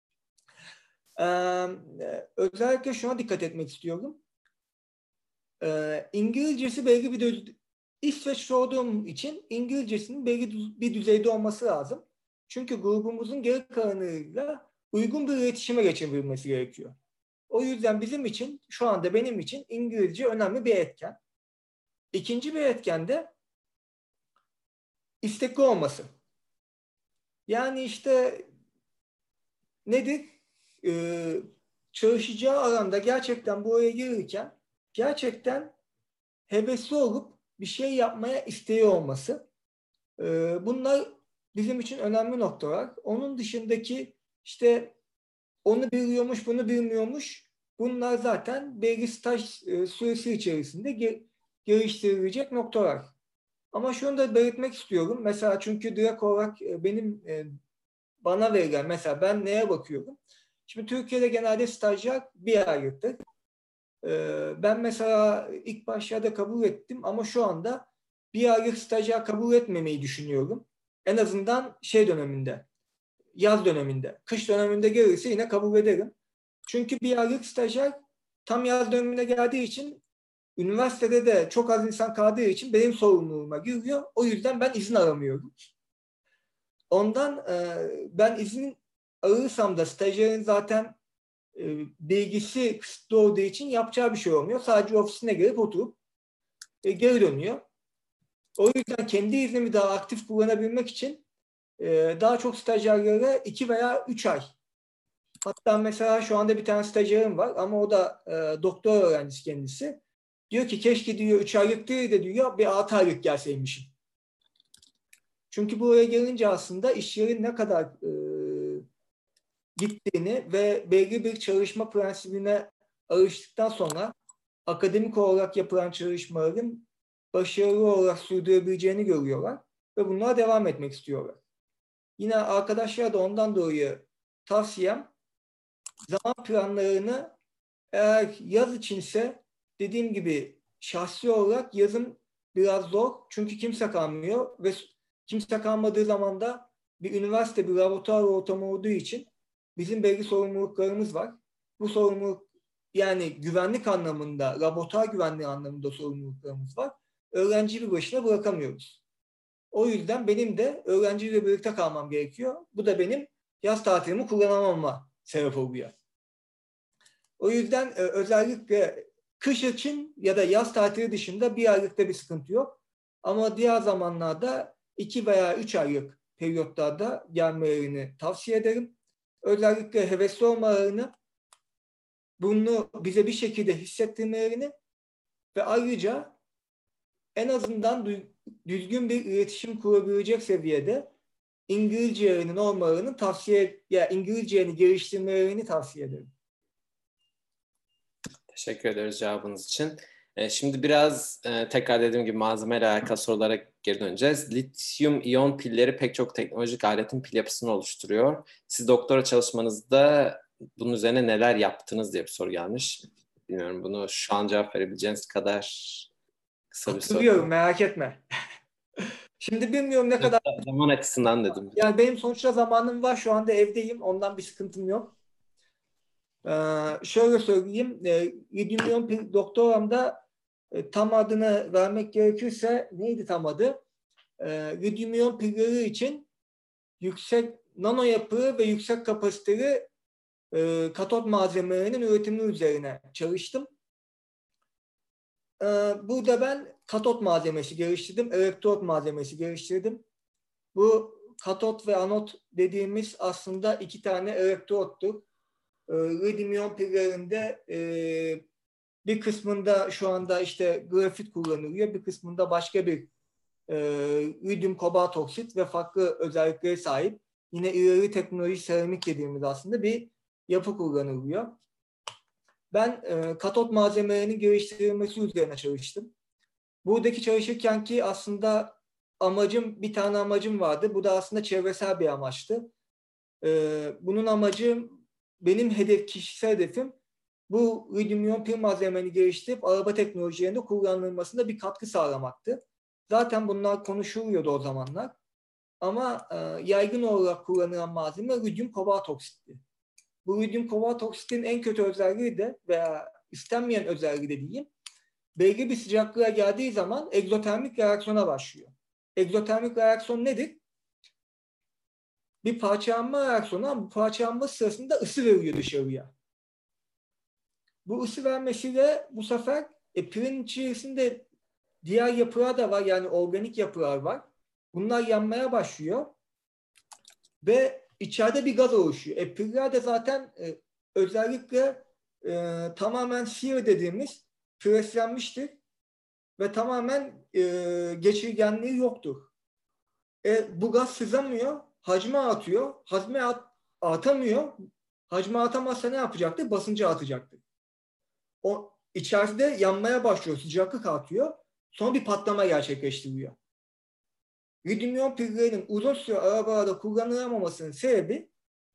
Özellikle şuna dikkat etmek istiyorum. İngilizcesi belli bir İsveç'te olduğum için İngilizcesinin belli bir düzeyde olması lazım. Çünkü grubumuzun geri kalanıyla uygun bir iletişime geçebilmesi gerekiyor. O yüzden bizim için, şu anda benim için İngilizce önemli bir etken. İkinci bir etken de istekli olması. Yani işte nedir? Çalışacağı alanda gerçekten buraya girirken gerçekten hevesli olup bir şey yapmaya isteği olması. Bunlar bizim için önemli noktalar. Onun dışındaki işte onu biliyormuş, bunu bilmiyormuş. Bunlar zaten belli staj süresi içerisinde geliştirilecek noktalar. Ama şunu da belirtmek istiyorum. Mesela çünkü direkt olarak benim bana verilen, mesela ben neye bakıyorum? Şimdi Türkiye'de genelde stajyer bir aylıktır. Ben mesela ilk başlarda kabul ettim ama şu anda bir aylık stajyer kabul etmemeyi düşünüyorum. En azından şey döneminde, yaz döneminde. Kış döneminde gelirse yine kabul ederim. Çünkü bir aylık stajyer tam yaz dönemine geldiği için üniversitede de çok az insan kaldığı için benim sorumluluğuma giriyor. O yüzden ben izin aramıyorum. Ondan ben izin arırsam da stajyerin zaten bilgisi kısıtlı olduğu için yapacağı bir şey olmuyor. Sadece ofisine gelip oturup geri dönüyor. O yüzden kendi iznimi daha aktif kullanabilmek için daha çok stajyerlere 2 veya 3 ay. Hatta mesela şu anda bir tane stajyerim var ama o da doktor öğrencisi kendisi. Diyor ki keşke diyor 3 aylık değil de diyor bir 6 aylık gelseymişim. Çünkü buraya gelince aslında iş yerin ne kadar gittiğini ve belli bir çalışma prensibine alıştıktan sonra akademik olarak yapılan çalışmaların başarılı olarak sürdürebileceğini görüyorlar ve bunlara devam etmek istiyorlar. Yine arkadaşlara da ondan dolayı tavsiyem zaman planlarını eğer yaz içinse dediğim gibi şahsi olarak yazın biraz zor çünkü kimse kalmıyor ve kimse kalmadığı zaman da bir üniversite bir laboratuvar ortamı olduğu için bizim belli sorumluluklarımız var. Bu sorumluluk yani güvenlik anlamında, laboratuvar güvenliği anlamında sorumluluklarımız var. Öğrenciyi bir başına bırakamıyoruz. O yüzden benim de öğrenciyle birlikte kalmam gerekiyor. Bu da benim yaz tatilimi kullanamama sebep oluyor. O yüzden özellikle kış için ya da yaz tatili dışında bir aylıkta bir sıkıntı yok. Ama diğer zamanlarda 2 veya 3 aylık periyotlarda gelmelerini tavsiye ederim. Özellikle hevesli olmalarını, bunu bize bir şekilde hissettirmelerini ve ayrıca en azından düzgün bir iletişim kurabilecek seviyede İngilizcelerini olmalarını İngilizcelerini geliştirmelerini tavsiye ederim. Teşekkür ederiz cevabınız için. Şimdi biraz tekrar dediğim gibi malzemeyle alakalı sorulara geri döneceğiz. Lityum iyon pilleri pek çok teknolojik aletin pil yapısını oluşturuyor. Siz doktora çalışmanızda bunun üzerine neler yaptınız diye bir soru gelmiş. Bilmiyorum bunu şu an cevap verebileceğiniz kadar kısa bir soru. Hatırlıyorum, merak etme. Şimdi bilmiyorum ne kadar... Zaman açısından dedim. Yani benim sonuçta zamanım var. Şu anda evdeyim. Ondan bir sıkıntım yok. Şöyle söyleyeyim. Lityum iyon pil doktoramda tam adını vermek gerekirse neydi tam adı? Lityum iyon pilleri için yüksek nano yapı ve yüksek kapasiteli katot malzemelerinin üretimi üzerine çalıştım. Burada ben katot malzemesi geliştirdim, elektrot malzemesi geliştirdim. Bu katot ve anot dediğimiz aslında 2 tane elektrottur. Lityum iyon pillerinde bir kısmında şu anda işte grafit kullanılıyor, bir kısmında başka bir lityum kobalt oksit ve farklı özelliklere sahip yine ileri teknoloji seramik dediğimiz aslında bir yapı kullanılıyor. Ben katot malzemelerinin geliştirilmesi üzerine çalıştım. Buradaki çalışırken ki aslında bir tane amacım vardı. Bu da aslında çevresel bir amaçtı. Bunun amacı benim kişisel hedefim bu lityum iyon pil malzemelerini geliştirip araba teknolojilerinde kullanılmasında bir katkı sağlamaktı. Zaten bunlar konuşuluyordu o zamanlar. Ama yaygın olarak kullanılan malzeme lityum kobalt oksitti. Bu lityum kobalt oksitin en kötü özelliği de veya istenmeyen özelliği de diyeyim, belli bir sıcaklığa geldiği zaman egzotermik reaksiyona başlıyor. Egzotermik reaksiyon nedir? Bir parçalanma reaksiyonu ama bu parçalanma sırasında ısı veriyor dışarıya. Bu ısı vermesiyle bu sefer pilin içerisinde diğer yapılar da var, yani organik yapılar var. Bunlar yanmaya başlıyor ve içeride bir gaz oluşuyor. Piller de zaten özellikle tamamen sear dediğimiz preslenmiştir ve tamamen geçirgenliği yoktur. Bu gaz sızamıyor, hacme atıyor. Hacme atamıyor. Hacme atamazsa ne yapacaktır? Basıncı atacaktır. O içeride yanmaya başlıyor, sıcaklık artıyor. Sonra bir patlama gerçekleştiriyor. Lityum iyon pillerinin uzun süre arabalarda kullanılamamasının sebebi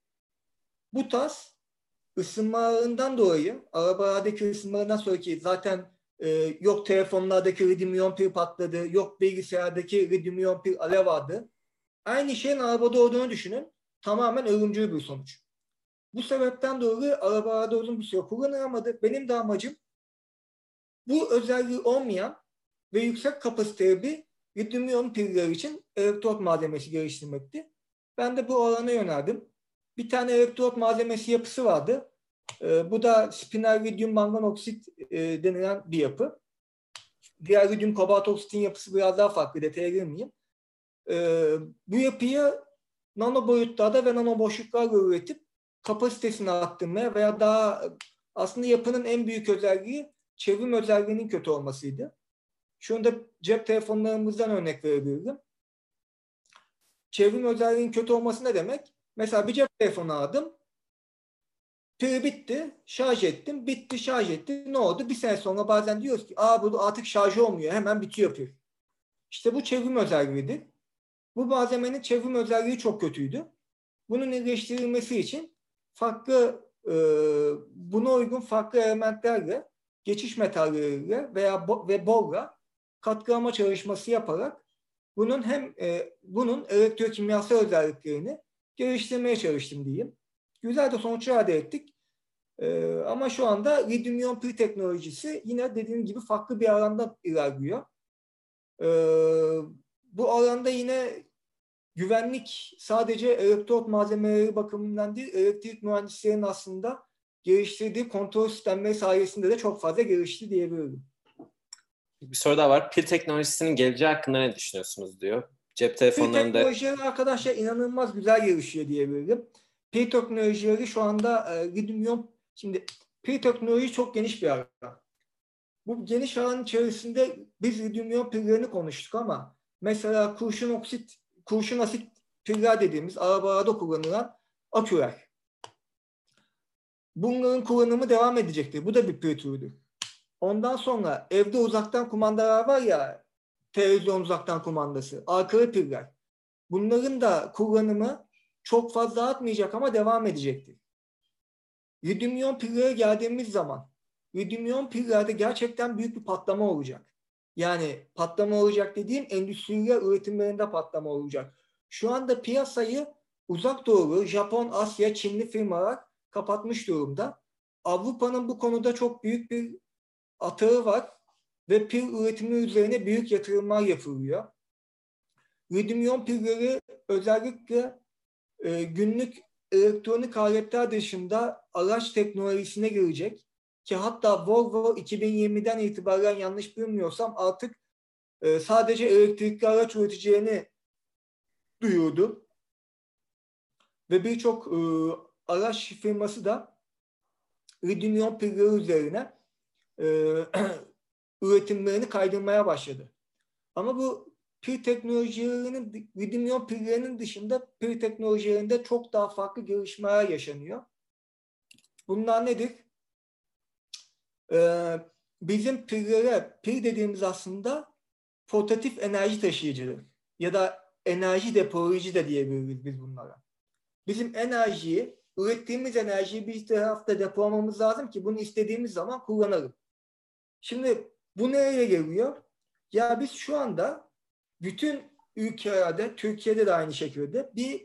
bu tarz ısınmalarından dolayı, arabalardaki ısınmalarından sonraki zaten yok telefonlardaki lityum iyon pil patladı, yok bilgisayardaki lityum iyon pil alev aldı. Aynı şeyin arabada olduğunu düşünün. Tamamen ölümcül bir sonuç. Bu sebepten dolayı arabalarda uzun bir süre kullanılamadı. Benim de amacım bu özelliği olmayan ve yüksek kapasiteli bir lityum iyon piller için elektrot malzemesi geliştirmekti. Ben de bu alana yöneldim. Bir tane elektrot malzemesi yapısı vardı. Bu da spinel lityum mangan oksit denilen bir yapı. Diğer lityum kobalt oksitin yapısı biraz daha farklı, detaya girmeyeyim. Bu yapıyı nano boyutlarda ve nano boşluklarla üretip kapasitesini arttırmaya veya daha aslında yapının en büyük özelliği çevrim özelliğinin kötü olmasıydı. Şu anda cep telefonlarımızdan örnek verebilirim. Çevrim özelliğinin kötü olması ne demek? Mesela bir cep telefonu aldım. Pili bitti, şarj ettim, bitti, şarj ettim. Ne oldu? Bir sene sonra bazen diyoruz ki bu artık şarj olmuyor, hemen bitiyor pil. İşte bu çevrim özelliğidir. Bu malzemenin çevrim özelliği çok kötüydü. Bunun iyileştirilmesi için farklı buna uygun farklı elementlerle, geçiş metalleriyle ve borla katkılama çalışması yaparak bunun elektrokimyasal özelliklerini geliştirmeye çalıştım diyeyim. Güzel de sonuçlar elde ettik. Ama şu anda lityum iyon pil teknolojisi yine dediğim gibi farklı bir alanda ilerliyor. Bu alanda yine güvenlik sadece elektrot malzemeleri bakımından değil, elektrik mühendislerinin aslında geliştirdiği kontrol sistemleri sayesinde de çok fazla gelişti diyebilirim. Bir soru daha var. Pil teknolojisinin geleceği hakkında ne düşünüyorsunuz diyor. Cep telefonlarında... Pil teknolojileri arkadaşlar inanılmaz güzel gelişiyor diyebilirim. Pil teknolojileri şu anda lityum iyon... Şimdi pil teknoloji çok geniş bir alan. Bu geniş alan içerisinde biz lityum iyon pillerini konuştuk ama mesela kurşun asit piller dediğimiz arabalarda kullanılan aküler. Bunların kullanımı devam edecektir. Bu da bir pil türüdür. Ondan sonra evde uzaktan kumandalar var ya, televizyon uzaktan kumandası, arkalı piller. Bunların da kullanımı çok fazla artmayacak ama devam edecektir. Lityum iyon pillere geldiğimiz zaman lityum iyon pillerde gerçekten büyük bir patlama olacak. Yani patlama olacak dediğim endüstriyel üretimlerinde patlama olacak. Şu anda piyasayı uzak doğu, Japon, Asya, Çinli firmalar kapatmış durumda. Avrupa'nın bu konuda çok büyük bir atağı var ve pil üretimi üzerine büyük yatırımlar yapılıyor. Lityum iyon pilleri özellikle günlük elektronik aletler dışında araç teknolojisine girecek. Ki hatta Volvo 2020'den itibaren yanlış bilmiyorsam artık sadece elektrikli araç üreteceğini duyurdu. Ve birçok araç firması da lityum iyon pilleri üzerine üretimlerini kaydırmaya başladı. Ama bu pil teknolojilerinin, lityum iyon pillerinin dışında pil teknolojilerinde çok daha farklı gelişmeler yaşanıyor. Bunlar nedir? Bizim pillere, pil dediğimiz aslında portatif enerji taşıyıcıdır. Ya da enerji depolayıcı da diyebiliriz biz bunlara. Bizim ürettiğimiz enerjiyi bir tarafta depolamamız lazım ki bunu istediğimiz zaman kullanalım. Şimdi bu nereye geliyor? Ya biz şu anda bütün ülkelerde, Türkiye'de de aynı şekilde bir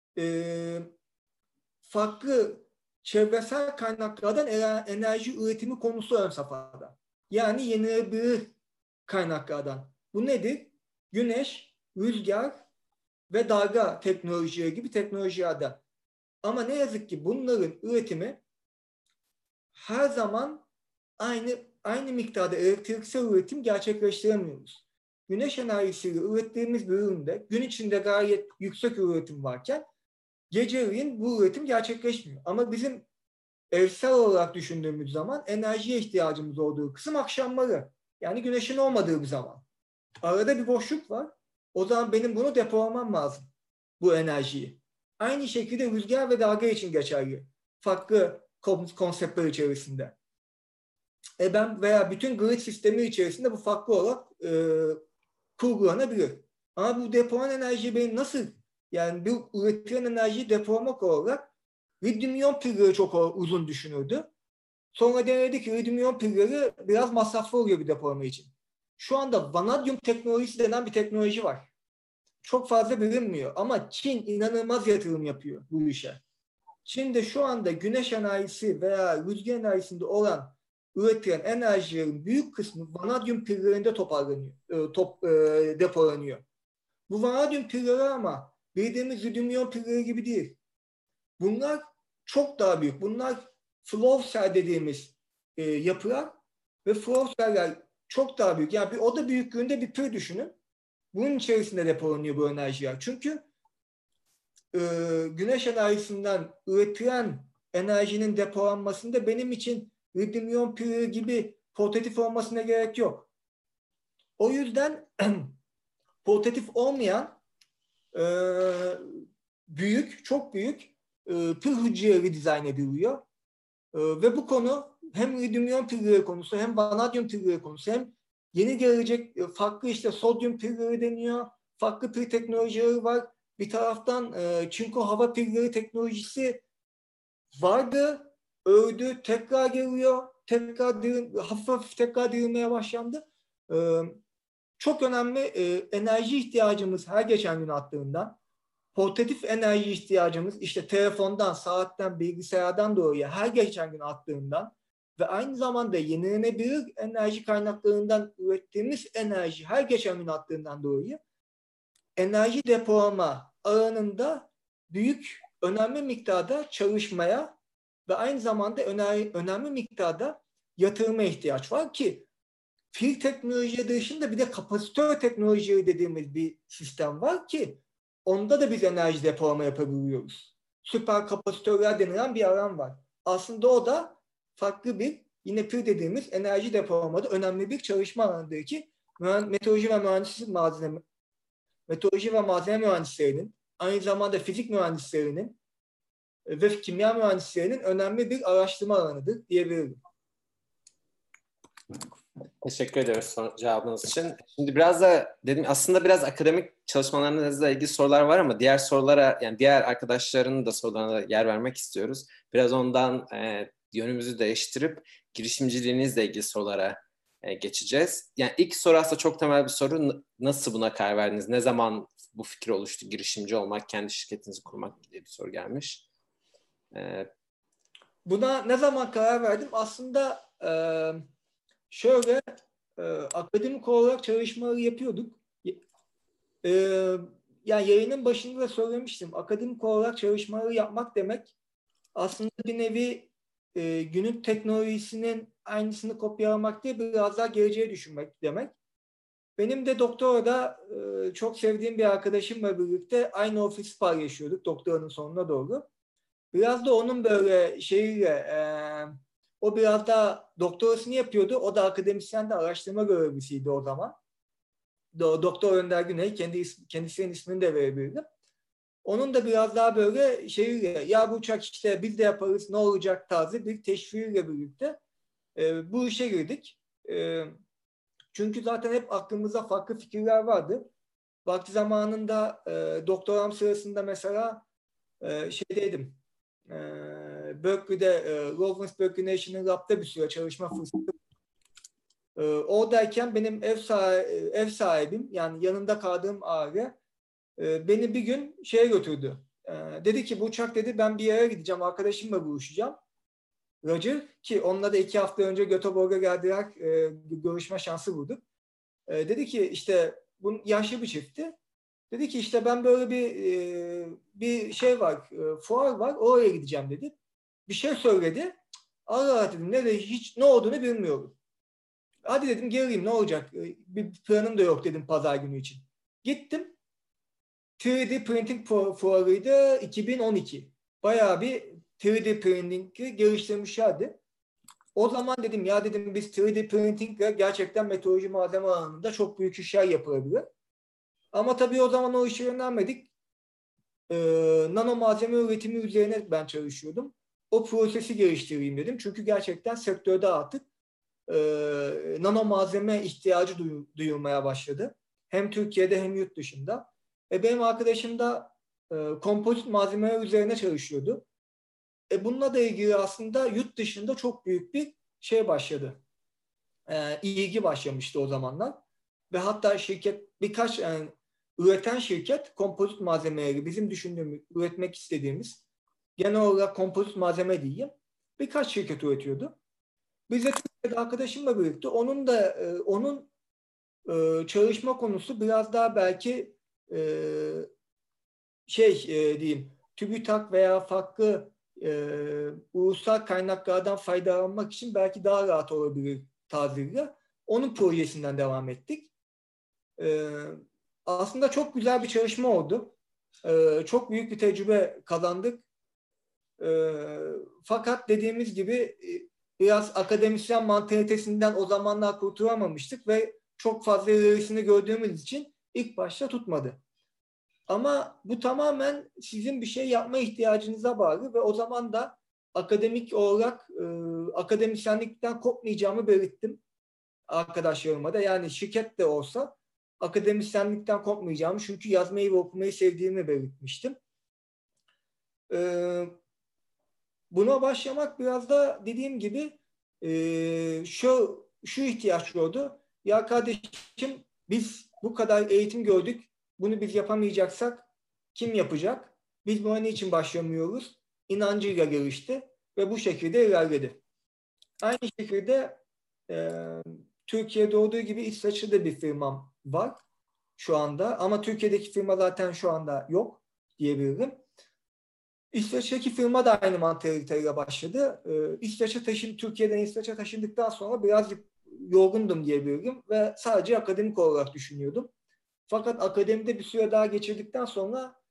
farklı çevresel kaynaklardan enerji üretimi konusu ön safhada. Yani yenilenebilir kaynaklardan. Bu nedir? Güneş, rüzgar ve dalga teknolojileri gibi teknolojilerden. Ama ne yazık ki bunların üretimi her zaman aynı miktarda elektriksel üretim gerçekleştiremiyoruz. Güneş enerjisiyle ürettiğimiz bir üründe gün içinde gayet yüksek üretim varken geceleyin bu üretim gerçekleşmiyor. Ama bizim evsel olarak düşündüğümüz zaman enerjiye ihtiyacımız olduğu kısım akşamları. Yani güneşin olmadığı bir zaman. Arada bir boşluk var. O zaman benim bunu depolamam lazım. Bu enerjiyi. Aynı şekilde rüzgar ve dalga için geçerli. Farklı konseptler içerisinde. Ben veya bütün grid sistemi içerisinde bu farklı olarak kurgulanabilir. Ama bu depolanan enerjiyi benim nasıl, yani bir üretilen enerjiyi depolamak olarak lityum iyon pilleri çok uzun düşünüldü. Sonra denildi ki lityum iyon pilleri biraz masraflı oluyor bir depolama için. Şu anda vanadyum teknolojisi denen bir teknoloji var. Çok fazla bilinmiyor ama Çin inanılmaz yatırım yapıyor bu işe. Çin'de şu anda güneş enerjisi veya rüzgar enerjisinde olan üretilen enerjilerin büyük kısmı vanadyum pillerinde depolanıyor. Bu vanadyum pilleri ama bildiğimiz lityum pilleri gibi değil. Bunlar çok daha büyük. Bunlar flow cell dediğimiz yapılar ve flow cell'ler çok daha büyük. Yani bir oda büyüklüğünde bir pil düşünün. Bunun içerisinde depolanıyor bu enerjiler. Çünkü güneş enerjisinden üretilen enerjinin depolanmasında benim için lityum pili gibi portatif olmasına gerek yok. O yüzden portatif olmayan büyük, çok büyük pil hücreleri dizayn ediliyor. Ve bu konu hem lityum pilleri konusu hem vanadyum pilleri konusu hem yeni gelecek farklı işte sodyum pilleri deniyor. Farklı pil teknolojileri var. Bir taraftan çinko hava pilleri teknolojisi vardı, öldü, tekrar geliyor. Hafif hafif tekrar dirilmeye başlandı. Çok önemli enerji ihtiyacımız her geçen gün arttığından, portatif enerji ihtiyacımız işte telefondan, saatten, bilgisayardan dolayı her geçen gün arttığından ve aynı zamanda yenilenebilir enerji kaynaklarından ürettiğimiz enerji her geçen gün arttığından dolayı enerji depolama alanında büyük, önemli miktarda çalışmaya ve aynı zamanda önemli miktarda yatırıma ihtiyaç var ki pil teknolojileri dışında bir de kapasitör teknolojileri dediğimiz bir sistem var ki onda da biz enerji depolama yapabiliyoruz. Süper kapasitörler denilen bir alan var. Aslında o da farklı bir yine pil dediğimiz enerji depolamada önemli bir çalışma alanıdır ki meteoroloji ve malzeme mühendislerinin aynı zamanda fizik mühendislerinin ve kimya mühendislerinin önemli bir araştırma alanıdır diyebilirim. Teşekkür ediyoruz cevabınız için. Şimdi biraz da dedim aslında biraz akademik çalışmalarınızla ilgili sorular var ama diğer sorulara yani diğer arkadaşların da sorularına yer vermek istiyoruz. Biraz ondan yönümüzü değiştirip girişimciliğinizle ilgili sorulara geçeceğiz. Yani ilk soru aslında çok temel bir soru. Nasıl buna karar verdiniz? Ne zaman bu fikir oluştu? Girişimci olmak, kendi şirketinizi kurmak diye bir soru gelmiş. Buna ne zaman karar verdim? Aslında şöyle akademik olarak çalışmaları yapıyorduk. Yani yayının başında da söylemiştim. Akademik olarak çalışmaları yapmak demek aslında bir nevi günün teknolojisinin aynısını kopyalamak değil, biraz daha geleceğe düşünmek demek. Benim de doktorada çok sevdiğim bir arkadaşımla birlikte aynı ofis paylaşıyorduk doktoranın sonuna doğru. Biraz da onun böyle şeyiyle o biraz da doktorasını yapıyordu. O da akademisyen de araştırma görevlisiydi o zaman. Doktor Önder Güney. Kendisinin ismini de verebildim. Onun da biraz daha böyle şeyiyle ya bu uçak işte biz de yaparız ne olacak tarzı bir teşviğiyle birlikte bu işe girdik. Çünkü zaten hep aklımızda farklı fikirler vardı. Vakti zamanında doktoram sırasında mesela şeydeydim. Berkeley'de Lawrence Berkeley National Lab'da bir süre çalışma fırsatı. Oradayken benim ev sahibim yani yanında kaldığım aile beni bir gün şeye götürdü. Dedi ki bu uçak dedi ben bir yere gideceğim arkadaşımla buluşacağım. Roger ki onunla da 2 hafta önce Göteborg'a geldiler görüşme şansı bulduk. Dedi ki işte bu yaşlı bir çiftti. Dedi ki işte ben böyle bir şey var, fuar var, oraya gideceğim dedi. Bir şey söyledi. Allah dedim hiç ne olduğunu bilmiyorum. Hadi dedim geleyim ne olacak? Bir planım da yok dedim pazar günü için. Gittim. 3D printing fuarıydı 2012. Bayağı bir 3D printing'i geliştirmişlerdi. O zaman dedim ya dedim biz 3D printingle gerçekten meteoroloji malzeme alanında çok büyük işler yapılabilir. Ama tabii o zaman o işe yönelmedik. Nano malzeme üretimi üzerine ben çalışıyordum. O prosesi geliştireyim dedim. Çünkü gerçekten sektörde artık nano malzeme ihtiyacı duyulmaya başladı. Hem Türkiye'de hem yurt dışında. Benim arkadaşım da kompozit malzemeler üzerine çalışıyordu. Bununla da ilgili aslında yurt dışında çok büyük bir şey başladı. İlgi başlamıştı o zamanlar. Ve hatta birkaç üreten şirket kompozit malzemeleri bizim düşündüğümüz, üretmek istediğimiz genel olarak kompozit malzeme diyeyim birkaç şirket üretiyordu. Biz de bir arkadaşımla birlikte onun çalışma konusu biraz daha belki diyeyim, TÜBİTAK veya farklı ulusal kaynaklardan faydalanmak için belki daha rahat olabilir tarzıyla onun projesinden devam ettik. Aslında çok güzel bir çalışma oldu. Çok büyük bir tecrübe kazandık. Fakat dediğimiz gibi biraz akademisyen mantalitesinden o zamanlar kurtulamamıştık ve çok fazla ilerisini gördüğümüz için ilk başta tutmadı. Ama bu tamamen sizin bir şey yapma ihtiyacınıza bağlı ve o zaman da akademik olarak akademisyenlikten kopmayacağımı belirttim arkadaşlarıma da. Yani şirket de olsa akademisyenlikten kopmayacağımı, çünkü yazmayı ve okumayı sevdiğimi belirtmiştim. Buna başlamak biraz da dediğim gibi şu ihtiyaç doğdu. Ya kardeşim, biz bu kadar eğitim gördük. Bunu biz yapamayacaksak kim yapacak? Biz buna niçin başlamıyoruz? İnancıyla gelişti ve bu şekilde ilerledi. Aynı şekilde Türkiye'de olduğu gibi İsveç'te de bir firmam var şu anda. Ama Türkiye'deki firma zaten şu anda yok diyebilirim. İsveç'teki firma da aynı mantaliteyle başladı. Türkiye'den İsveç'e taşındıktan sonra birazcık yorgundum diyebilirim ve sadece akademik olarak düşünüyordum. Fakat akademide bir süre daha geçirdikten sonra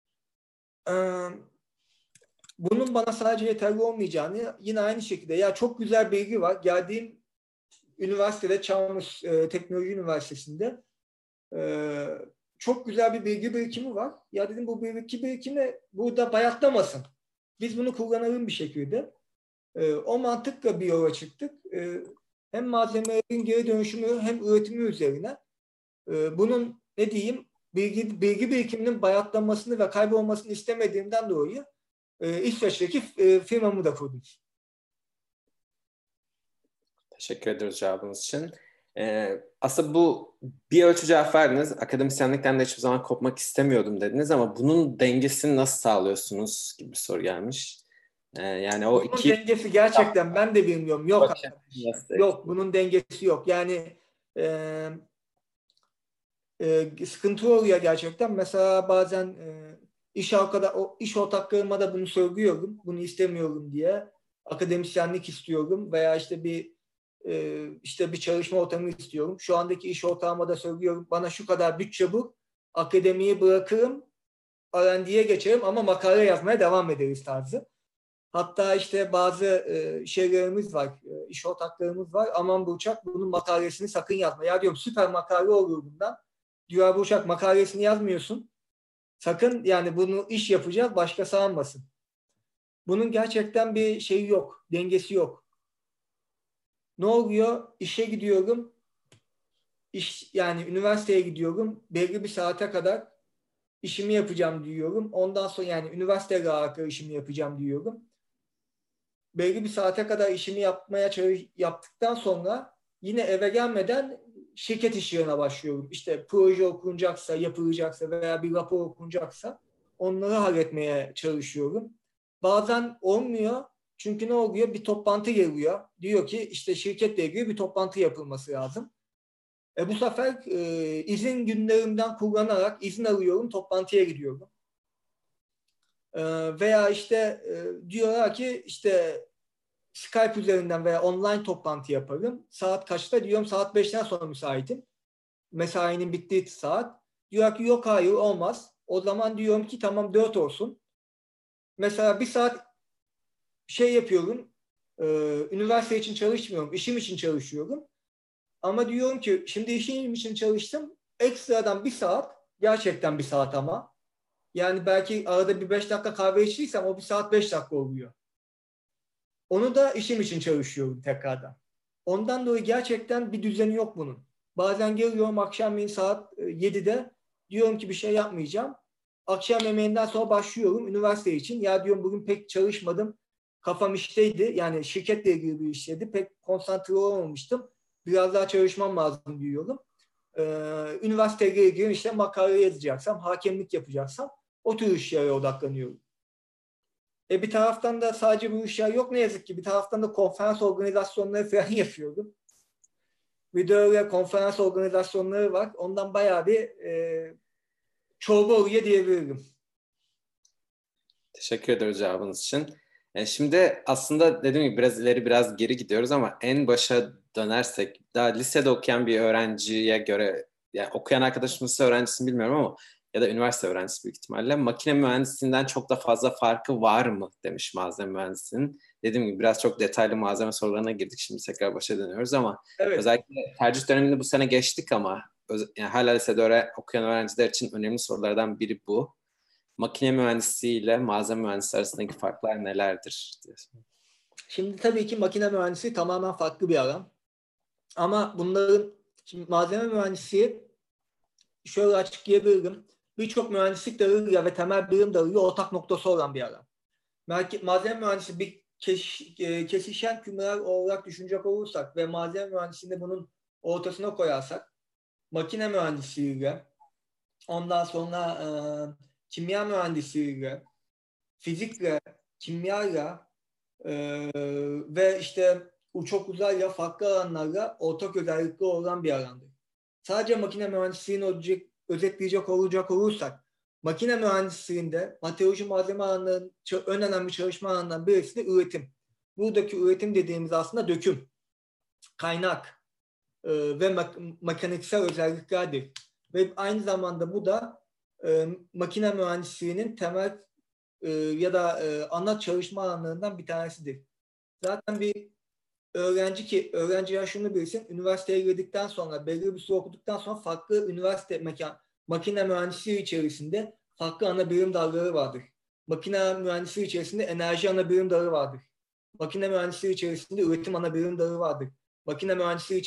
bunun bana sadece yeterli olmayacağını, yine aynı şekilde ya çok güzel bilgi var. Geldiğim üniversitede, Chalmers Teknoloji Üniversitesi'nde çok güzel bir bilgi birikimi var. Ya dedim, bu bilgi birikimi burada bayatlamasın. Biz bunu kullanalım bir şekilde. O mantıkla bir yola çıktık. Hem malzemelerin geri dönüşümü hem üretimi üzerine. Bunun ne diyeyim, bilgi birikiminin bayatlanmasını ve kaybolmasını istemediğimden dolayı İsveç'teki firmamı da kurdum. Teşekkür ederiz cevabınız için. Aslında bu bir ölçü cevap verdiniz. Akademisyenlikten de hiçbir zaman kopmak istemiyordum dediniz ama bunun dengesini nasıl sağlıyorsunuz gibi bir soru gelmiş. Yani o bunun dengesi gerçekten ben de bilmiyorum. Yok arkadaş. Yok, bunun dengesi yok. Yani sıkıntı oluyor gerçekten. Mesela bazen iş ortaklarıma da bunu söylüyorum. Bunu istemiyorum diye. Akademisyenlik istiyorum veya işte bir çalışma ortamı istiyorum. Şu andaki iş ortağıma da söylüyorum. Bana şu kadar bütçe bu. Akademiyi bırakırım. R&D'ye geçerim ama makale yazmaya devam ederiz tarzı. Hatta işte bazı şeylerimiz var, iş ortaklarımız var. Aman Burçak, bunun makalesini sakın yazma. Ya diyorum, süper makale olur bundan. Diyor Burçak, makalesini yazmıyorsun. Sakın, yani bunu iş yapacağız, başkası almasın. Bunun gerçekten bir şeyi yok, dengesi yok. Ne oluyor? İşe gidiyorum. Yani üniversiteye gidiyorum. Belli bir saate kadar işimi yapacağım diyorum. Ondan sonra yani üniversiteyle alakalı işimi yapacağım diyorum. Belli bir saate kadar işimi yaptıktan sonra yine eve gelmeden şirket işlerine başlıyorum. İşte proje okunacaksa, yapılacaksa veya bir rapor okunacaksa onları halletmeye çalışıyorum. Bazen olmuyor. Çünkü ne oluyor? Bir toplantı geliyor. Diyor ki işte şirketle ilgili bir toplantı yapılması lazım. Bu sefer izin günlerimden kullanarak izin alıyorum, toplantıya gidiyorum. Veya işte diyorlar ki işte Skype üzerinden veya online toplantı yaparım. Saat kaçta? Diyorum saat 5'ten sonra müsaitim. Mesainin bittiği saat. Diyor ki yok, hayır, olmaz. O zaman diyorum ki tamam, 4 olsun. Mesela bir saat yapıyorum. Üniversite için çalışmıyorum. İşim için çalışıyorum. Ama diyorum ki şimdi işim için çalıştım. Ekstradan bir saat. Gerçekten bir saat ama. Yani belki arada bir 5 dakika kahve içtiysem o bir saat 5 dakika oluyor. Onu da işim için çalışıyorum tekrardan. Ondan dolayı gerçekten bir düzeni yok bunun. Bazen geliyorum akşamleyin saat 7'de, diyorum ki bir şey yapmayacağım. Akşam yemeğinden sonra başlıyorum üniversite için. Ya diyorum, bugün pek çalışmadım. Kafam işteydi. Yani şirketle ilgili bir işteydi. Pek konsantre olamamıştım. Biraz daha çalışmam lazım diyorum. Üniversiteyle ilgili işte makale yazacaksam, hakemlik yapacaksam o tür işlere odaklanıyorum. Bir taraftan da sadece bu işler yok ne yazık ki. Bir taraftan da konferans organizasyonları falan yapıyordum. Bir de öyle konferans organizasyonları var. Ondan bayağı bir çorba oraya diyebilirim. Teşekkür ederiz cevabınız için. Şimdi aslında dediğim gibi biraz ileri biraz geri gidiyoruz ama en başa dönersek daha lisede okuyan bir öğrenciye göre, yani okuyan arkadaşımız öğrencisi bilmiyorum ama ya da üniversite öğrencisi büyük ihtimalle makine mühendisliğinden çok da fazla farkı var mı demiş malzeme mühendisliğinin. Dediğim gibi biraz çok detaylı malzeme sorularına girdik. Şimdi tekrar başa dönüyoruz ama Evet. özellikle tercih döneminde bu sene geçtik ama yani hala lisede okuyan öğrenciler için önemli sorulardan biri bu. Makine mühendisliği ile malzeme mühendisliği arasındaki farklar nelerdir? Şimdi tabii ki makine mühendisliği tamamen farklı bir alan. Ama şimdi malzeme mühendisliği şöyle açıklayabilirim. Birçok mühendislik dalıyla ve temel bilim dalıyla ortak noktası olan bir alan. Malzeme mühendisliği bir kesişen kümeler olarak düşünecek olursak ve malzeme mühendisliğini bunun ortasına koyarsak makine mühendisliğiyle, ondan sonra kimya mühendisliğiyle, fizikle, kimyayla ve işte uçak uzayla farklı alanlarla ortak özellikleri olan bir alandır. Sadece makine mühendisliğini özetleyecek olursak, makine mühendisliğinde materyoloji malzeme alanlarının en önemli çalışma alanlarından birisi de üretim. Buradaki üretim dediğimiz aslında döküm, kaynak ve mekaniksel özelliklerdir. Ve aynı zamanda bu da makine mühendisliğinin temel ya da ana çalışma alanlarından bir tanesidir. Zaten bir öğrenciler şunu bilsin, üniversiteye girdikten sonra, belli bir süre okuduktan sonra farklı makine mühendisliği içerisinde farklı ana bilim dalları vardır. Makine mühendisliği içerisinde enerji ana bilim dalı vardır. Makine mühendisliği içerisinde üretim ana bilim dalı vardır. Makine mühendisliği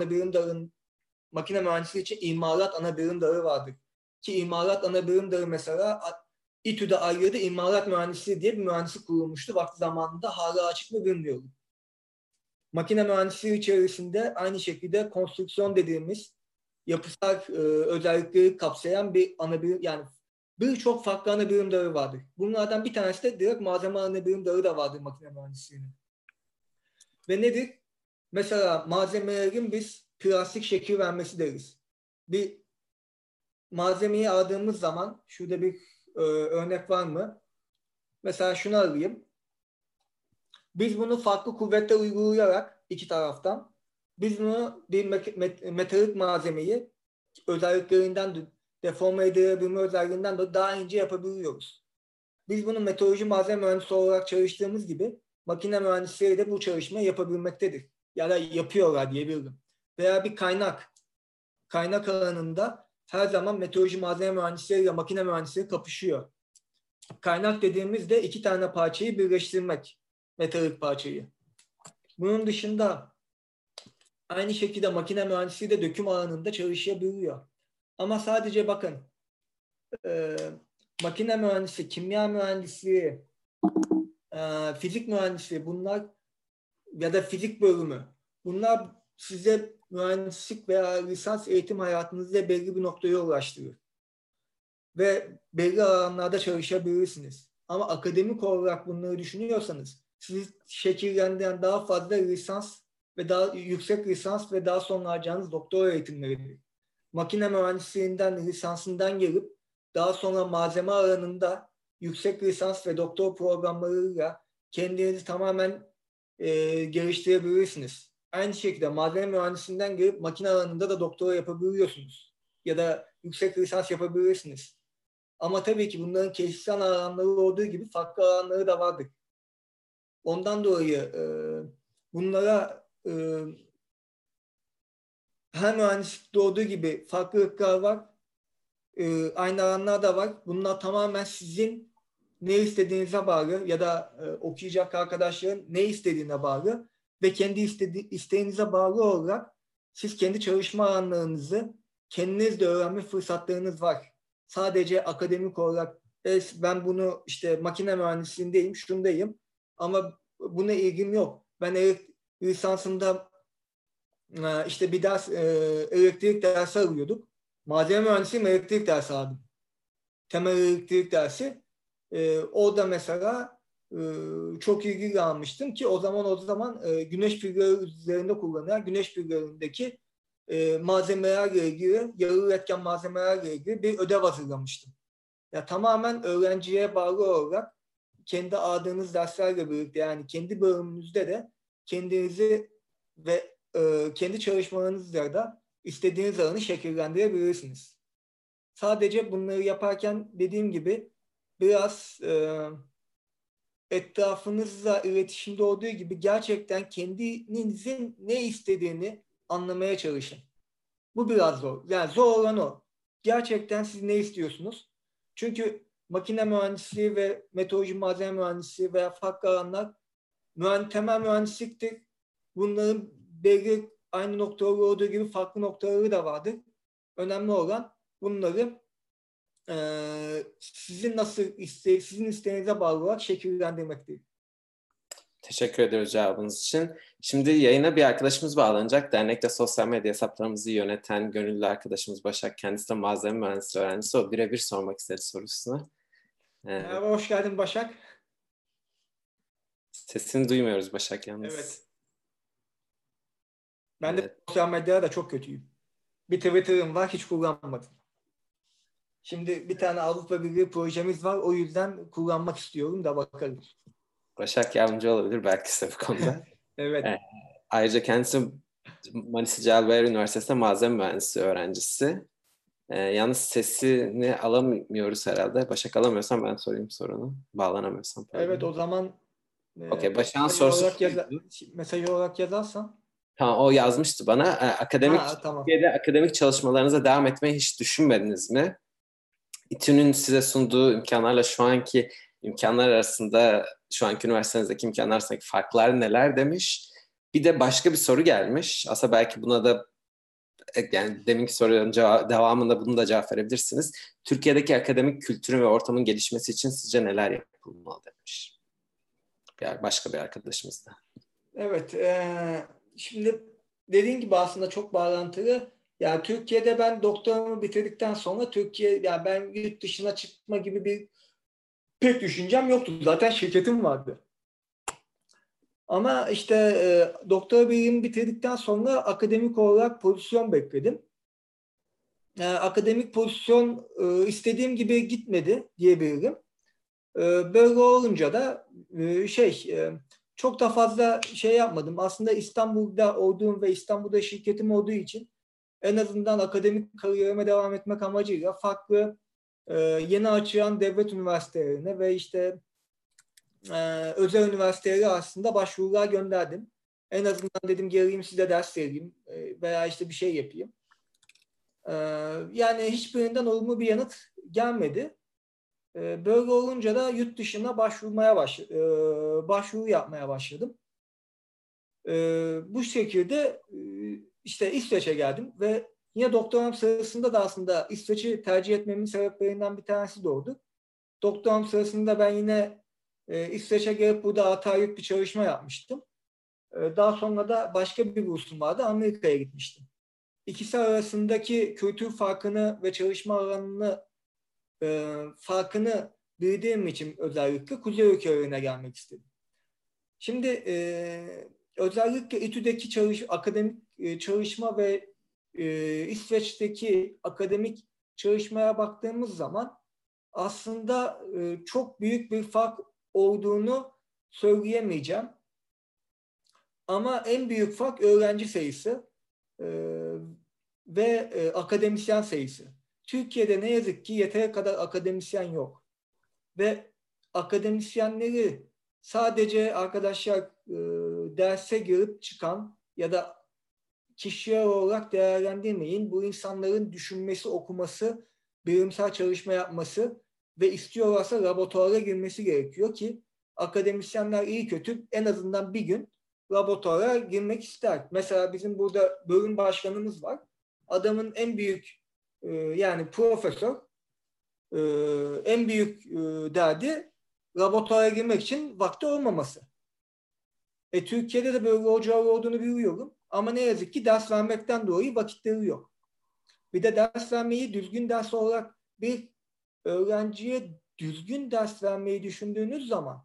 için imalat ana bilim dalı vardır. Ki imalat ana bilim dalı mesela İTÜ'de ayrıca imalat mühendisliği diye bir mühendislik kurulmuştu. Vakti zamanında hala açık mı bilmiyorum. Makine mühendisliği içerisinde aynı şekilde konstrüksiyon dediğimiz yapısal özellikleri kapsayan bir ana bilim, yani birçok farklı ana bilim dalı vardır. Bunlardan bir tanesi de direkt malzeme ana bilim dalı da vardır makine mühendisliğinin. Ve nedir? Mesela malzemelerin biz plastik şekil vermesi deriz. Bir malzemeyi aldığımız zaman şurada bir örnek var mı? Mesela şunu alayım. Biz bunu farklı kuvvetler uygulayarak iki taraftan biz bunu bir metalik malzemeyi özelliklerinden deforme edilebilme özelliğinden de daha ince yapabiliyoruz. Biz bunu meteoroloji malzeme mühendisi olarak çalıştığımız gibi makine mühendisleri de bu çalışmayı yapabilmektedir. Ya da yapıyorlar diyebilirim. Veya bir kaynak alanında her zaman meteoroloji malzeme mühendisleri ile makine mühendisleri kapışıyor. Kaynak dediğimizde iki tane parçayı birleştirmek. Metalik parçayı. Bunun dışında aynı şekilde makine mühendisliği de döküm alanında çalışabiliyor. Ama sadece bakın makine mühendisi, kimya mühendisliği, fizik mühendisliği bunlar ya da fizik bölümü bunlar size mühendislik veya lisans eğitim hayatınızda belli bir noktaya ulaştırır. Ve belli alanlarda çalışabilirsiniz. Ama akademik olarak bunları düşünüyorsanız sizi şekillendiren daha fazla lisans ve daha yüksek lisans ve daha sonra alacağınız doktora eğitimleridir. Makine mühendisliğinden, lisansından gelip daha sonra malzeme alanında yüksek lisans ve doktor programlarıyla kendinizi tamamen geliştirebilirsiniz. Aynı şekilde malzeme mühendisliğinden gelip makine alanında da doktora yapabiliyorsunuz. Ya da yüksek lisans yapabilirsiniz. Ama tabii ki bunların kesişen alanları olduğu gibi farklı alanları da vardır. Ondan dolayı bunlara her mühendislikte olduğu gibi farklılıklar var. Aynı alanlar da var. Bunlar tamamen sizin ne istediğinize bağlı ya da okuyacak arkadaşların ne istediğine bağlı ve kendi isteğinize bağlı olarak siz kendi çalışma alanlarınızı kendiniz de öğrenme fırsatlarınız var. Sadece akademik olarak ben bunu işte makine mühendisliğindeyim, şundayım ama buna ilgim yok. Ben lisansımda işte bir ders elektrik dersi alıyorduk. Malzeme mühendisliğim elektrik dersi aldım. Temel elektrik dersi. Orada mesela çok ilgi almıştım ki o zaman güneş figürü üzerinde kullanılan güneş figürlerindeki malzemelerle ilgili, yarı üretken malzemelerle ilgili bir ödev hazırlamıştım. Ya tamamen öğrenciye bağlı olarak kendi aldığınız derslerle birlikte yani kendi bölümünüzde de kendinizi ve kendi çalışmalarınızla da istediğiniz alanı şekillendirebilirsiniz. Sadece bunları yaparken dediğim gibi biraz etrafınızla iletişimde olduğu gibi gerçekten kendinizin ne istediğini anlamaya çalışın. Bu biraz zor. Yani zor olan o. Gerçekten siz ne istiyorsunuz? Çünkü makine mühendisliği ve meteoroloji malzeme mühendisliği veya farklı alanlar temel mühendisliktir. Bunların belli aynı noktaları olduğu gibi farklı noktaları da vardır. Önemli olan bunları sizin isteğinize bağlı olarak şekillendirmektir. Teşekkür ederiz cevabınız için. Şimdi yayına bir arkadaşımız bağlanacak. Dernekte sosyal medya hesaplarımızı yöneten gönüllü arkadaşımız Başak. Kendisi de malzeme mühendisliği öğrencisi. O birebir sormak istedi sorusunu. Merhaba, hoş geldin Başak. Sesini duymuyoruz Başak yalnız. Evet. Ben de sosyal medyada da çok kötüyüm. Bir Twitter'ım var, hiç kullanmadım. Şimdi bir tane Avrupa Birliği projemiz var. O yüzden kullanmak istiyorum da bakalım. Başak yardımcı olabilir belki size bu konuda. Evet. Ayrıca kendisi Manisa Celber Üniversitesi'nde malzeme mühendisliği öğrencisi. Yalnız sesini alamıyoruz herhalde. Başak alamıyorsan ben sorayım sorunu. Bağlanamıyorsam. Pardon. Evet o zaman Başak'ın sorusu mesaj olarak yazarsan. Tamam, o yazmıştı bana. Tamam. Türkiye'de akademik çalışmalarınıza devam etmeyi hiç düşünmediniz mi? İTÜ'nün size sunduğu imkanlarla şu anki imkanlar arasında, şu anki üniversitenizdeki imkanlar arasındaki farklar neler demiş. Bir de başka bir soru gelmiş. Aslında belki buna da yani deminki sorunun devamında bunu da cevap verebilirsiniz. Türkiye'deki akademik kültürün ve ortamın gelişmesi için sizce neler yapılmalı demiş. Yani başka bir arkadaşımız da. Evet. Şimdi dediğin gibi aslında çok bağlantılı. Yani Türkiye'de ben doktoramı bitirdikten sonra yani ben yurt dışına çıkma gibi bir pek düşüncem yoktu. Zaten şirketim vardı. Ama işte doktora birimi bitirdikten sonra akademik olarak pozisyon bekledim. Akademik pozisyon istediğim gibi gitmedi diyebilirim. Böyle olunca da çok da fazla şey yapmadım. Aslında İstanbul'da olduğum ve İstanbul'da şirketim olduğu için en azından akademik kariyerime devam etmek amacıyla farklı yeni açılan devlet üniversitelerine ve işte özel üniversitelere aslında başvurular gönderdim. En azından dedim geleyim size ders vereyim veya işte bir şey yapayım. Yani hiçbirinden olumlu bir yanıt gelmedi. Böyle olunca da yurt dışına başvuru yapmaya başladım. Bu şekilde işte İsveç'e geldim ve yine doktoram sırasında da aslında İsveç'i tercih etmemin sebeplerinden bir tanesi de oldu. Doktoram sırasında ben yine İsveç'e gelip burada atayrık bir çalışma yapmıştım. Daha sonra da başka bir bursum vardı. Amerika'ya gitmiştim. İkisi arasındaki kültür farkını ve çalışma alanını farkını bildiğim için özellikle kuzey ülkelerine gelmek istedim. Şimdi özellikle İTÜ'deki akademik çalışma ve İsveç'teki akademik çalışmaya baktığımız zaman aslında çok büyük bir fark olduğunu söyleyemeyeceğim. Ama en büyük fark öğrenci sayısı ve akademisyen sayısı. Türkiye'de ne yazık ki yeteri kadar akademisyen yok. Ve akademisyenleri sadece arkadaşlar derse girip çıkan ya da kişiler olarak değerlendirmeyin. Bu insanların düşünmesi, okuması, bilimsel çalışma yapması ve istiyorlarsa laboratuvara girmesi gerekiyor ki akademisyenler iyi kötü en azından bir gün laboratuvara girmek ister. Mesela bizim burada bölüm başkanımız var. Adamın en büyük yani profesör en büyük derdi laboratuvara girmek için vakti olmaması. Türkiye'de de böyle hocalar olduğunu biliyorum. Ama ne yazık ki ders vermekten dolayı vakitleri yok. Bir de ders vermeyi düzgün ders olarak bir öğrenciye düzgün ders vermeyi düşündüğünüz zaman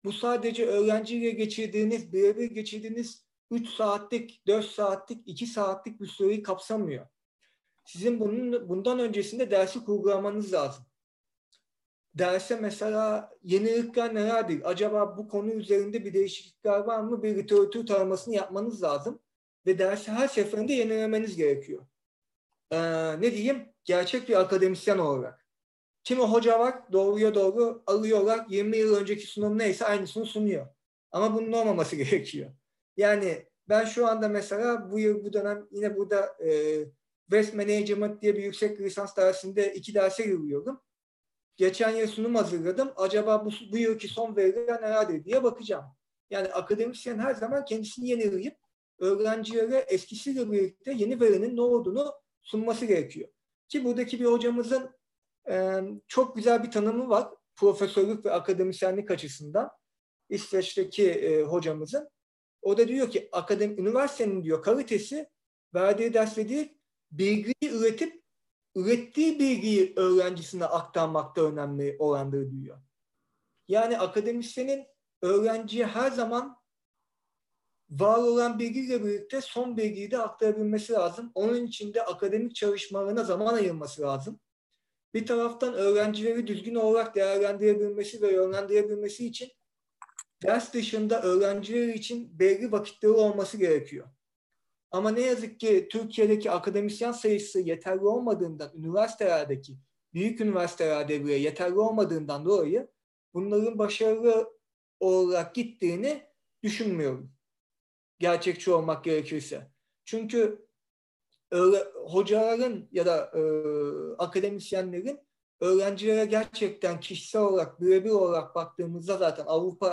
bu sadece öğrenciyle birebir geçirdiğiniz 3 saatlik, 4 saatlik, 2 saatlik bir süreyi kapsamıyor. Sizin bundan öncesinde dersi kurgulamanız lazım. Derse mesela yenilikler nelerdir? Acaba bu konu üzerinde bir değişiklikler var mı? Bir literatür taramasını yapmanız lazım. Ve dersi her seferinde yenilemeniz gerekiyor. Ne diyeyim? Gerçek bir akademisyen olarak. Kimi hoca var, doğruya doğru alıyorlar. 20 yıl önceki sunum neyse aynısını sunuyor. Ama bunun olmaması gerekiyor. Yani ben şu anda mesela bu dönem yine burada West Management diye bir yüksek lisans dersinde 2 derse giriyorum. Geçen yıl sunum hazırladım. Acaba bu yılki son veriler nelerdir diye bakacağım. Yani akademisyen her zaman kendisini yenileyip öğrencilere eskisiyle birlikte yeni verinin ne olduğunu sunması gerekiyor. Ki buradaki bir hocamızın çok güzel bir tanımı var. Profesörlük ve akademisyenlik açısından. İsveç'teki hocamızın. O da diyor ki üniversitenin diyor kalitesi verdiği derste değil, bilgiyi ürettiği bilgiyi öğrencisine aktarmakta önemli olandır diyor. Yani akademisyenin öğrenciye her zaman var olan bilgiyle birlikte son bilgiyi de aktarabilmesi lazım. Onun için de akademik çalışmalarına zaman ayırması lazım. Bir taraftan öğrencileri düzgün olarak değerlendirebilmesi ve yönlendirebilmesi için ders dışında öğrenciler için belli vakitleri olması gerekiyor. Ama ne yazık ki Türkiye'deki akademisyen sayısı yeterli olmadığından, büyük üniversitelerde bile yeterli olmadığından dolayı bunların başarılı olarak gittiğini düşünmüyorum. Gerçekçi olmak gerekirse. Çünkü hocaların ya da akademisyenlerin öğrencilere gerçekten kişisel olarak, birebir olarak baktığımızda zaten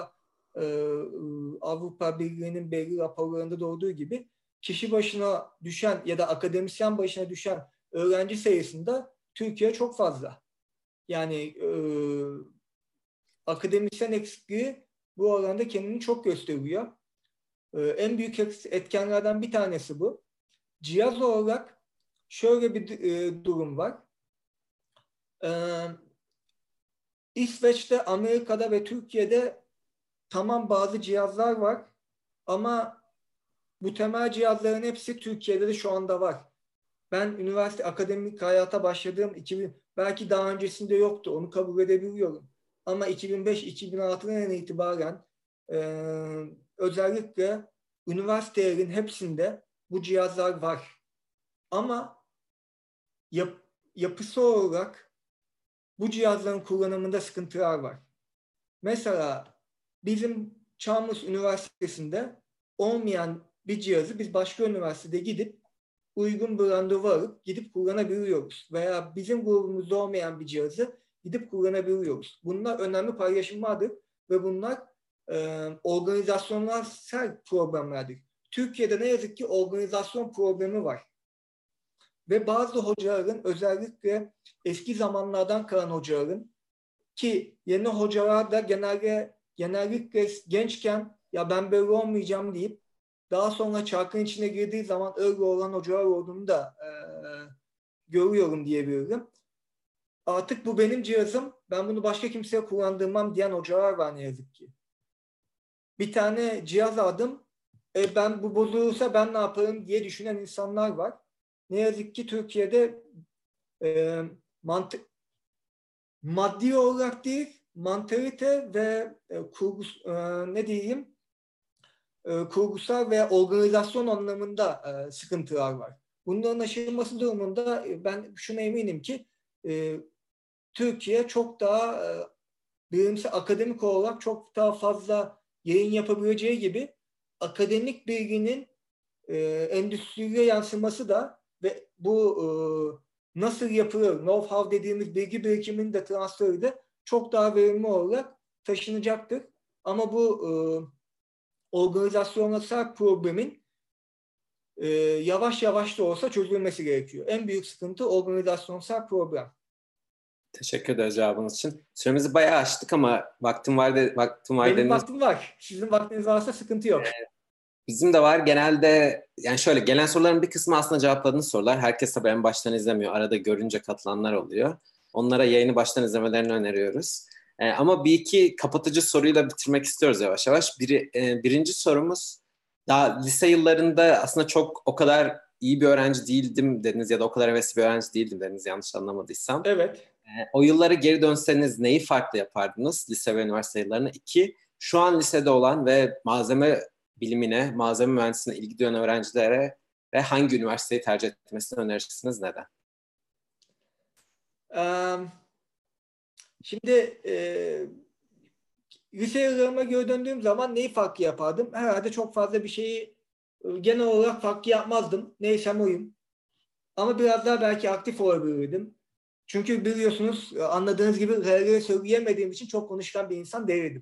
Avrupa Birliği'nin belli raporlarında da olduğu gibi kişi başına düşen ya da akademisyen başına düşen öğrenci sayısında Türkiye çok fazla. Yani akademisyen eksikliği bu alanda kendini çok gösteriyor. En büyük etkenlerden bir tanesi bu. Cihaz olarak şöyle bir durum var. İsveç'te, Amerika'da ve Türkiye'de tamam bazı cihazlar var ama bu temel cihazların hepsi Türkiye'de de şu anda var. Ben üniversite akademik hayata başladığım belki daha öncesinde yoktu, onu kabul edebiliyorum. Ama 2005-2006'dan itibaren özellikle üniversitelerin hepsinde bu cihazlar var. Ama yapısı olarak bu cihazların kullanımında sıkıntılar var. Mesela bizim Çamlıca Üniversitesi'nde olmayan bir cihazı biz başka üniversitede gidip uygun bir randevu alıp gidip kullanabiliyoruz. Veya bizim grubumuzda olmayan bir cihazı gidip kullanabiliyoruz. Bunlar önemli paylaşımlardır ve bunlar organizasyonel problemlerdir. Türkiye'de ne yazık ki organizasyon problemi var. Ve bazı hocaların, özellikle eski zamanlardan kalan hocaların, ki yeni hocalar da genellikle gençken ya ben böyle olmayacağım deyip daha sonra çarkın içine girdiği zaman öyle olan hocalar olduğunu da görüyorum diyebilirim. Artık bu benim cihazım, ben bunu başka kimseye kullandırmam diyen hocalar var ne yazık ki. Bir tane cihaz aldım, ben bu bozulursa ben ne yaparım diye düşünen insanlar var. Ne yazık ki Türkiye'de maddi olarak değil, mantalite ve kurgusal ve organizasyon anlamında sıkıntılar var. Bunların aşılması durumunda ben şuna eminim ki Türkiye çok daha bilimsel, akademik olarak çok daha fazla yayın yapabileceği gibi akademik bilginin endüstriye yansıması da ve bu nasıl yapılır, know-how dediğimiz bilgi birikiminin de transferi de çok daha verimli olarak taşınacaktır. Ama bu organizasyonel problemin yavaş yavaş da olsa çözülmesi gerekiyor. En büyük sıkıntı organizasyonsal problem. Teşekkür ederiz cevabınız için. Süremizi bayağı aştık ama vaktim var Benim vaktim var. Sizin vaktiniz varsa sıkıntı yok. Bizim de var. Genelde yani şöyle gelen soruların bir kısmı aslında cevapladığınız sorular. Herkes tabii en baştan izlemiyor. Arada görünce katılanlar oluyor. Onlara yayını baştan izlemelerini öneriyoruz. Ama bir iki kapatıcı soruyla bitirmek istiyoruz yavaş yavaş. Birinci sorumuz, daha lise yıllarında aslında çok o kadar iyi bir öğrenci değildim dediniz ya da o kadar hevesli bir öğrenci değildim dediniz yanlış anlamadıysam. Evet. O yıllara geri dönseniz neyi farklı yapardınız lise ve üniversite yıllarına? İki, şu an lisede olan ve malzeme bilimine, malzeme mühendisliğine ilgi duyan öğrencilere ve hangi üniversiteyi tercih etmesini önerirsiniz, neden? Şimdi lise yıllarıma göre döndüğüm zaman neyi farklı yapardım? Herhalde çok fazla bir şeyi genel olarak farklı yapmazdım. Neysem oyum. Ama biraz daha belki aktif olabilirdim. Çünkü biliyorsunuz, anladığınız gibi RR söyleyemediğim için çok konuşkan bir insan değildim.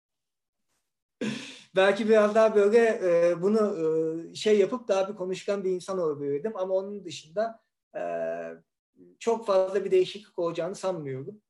Belki biraz daha böyle bunu şey yapıp daha bir konuşkan bir insan olabilirdim. Ama onun dışında çok fazla bir değişiklik olacağını sanmıyorum.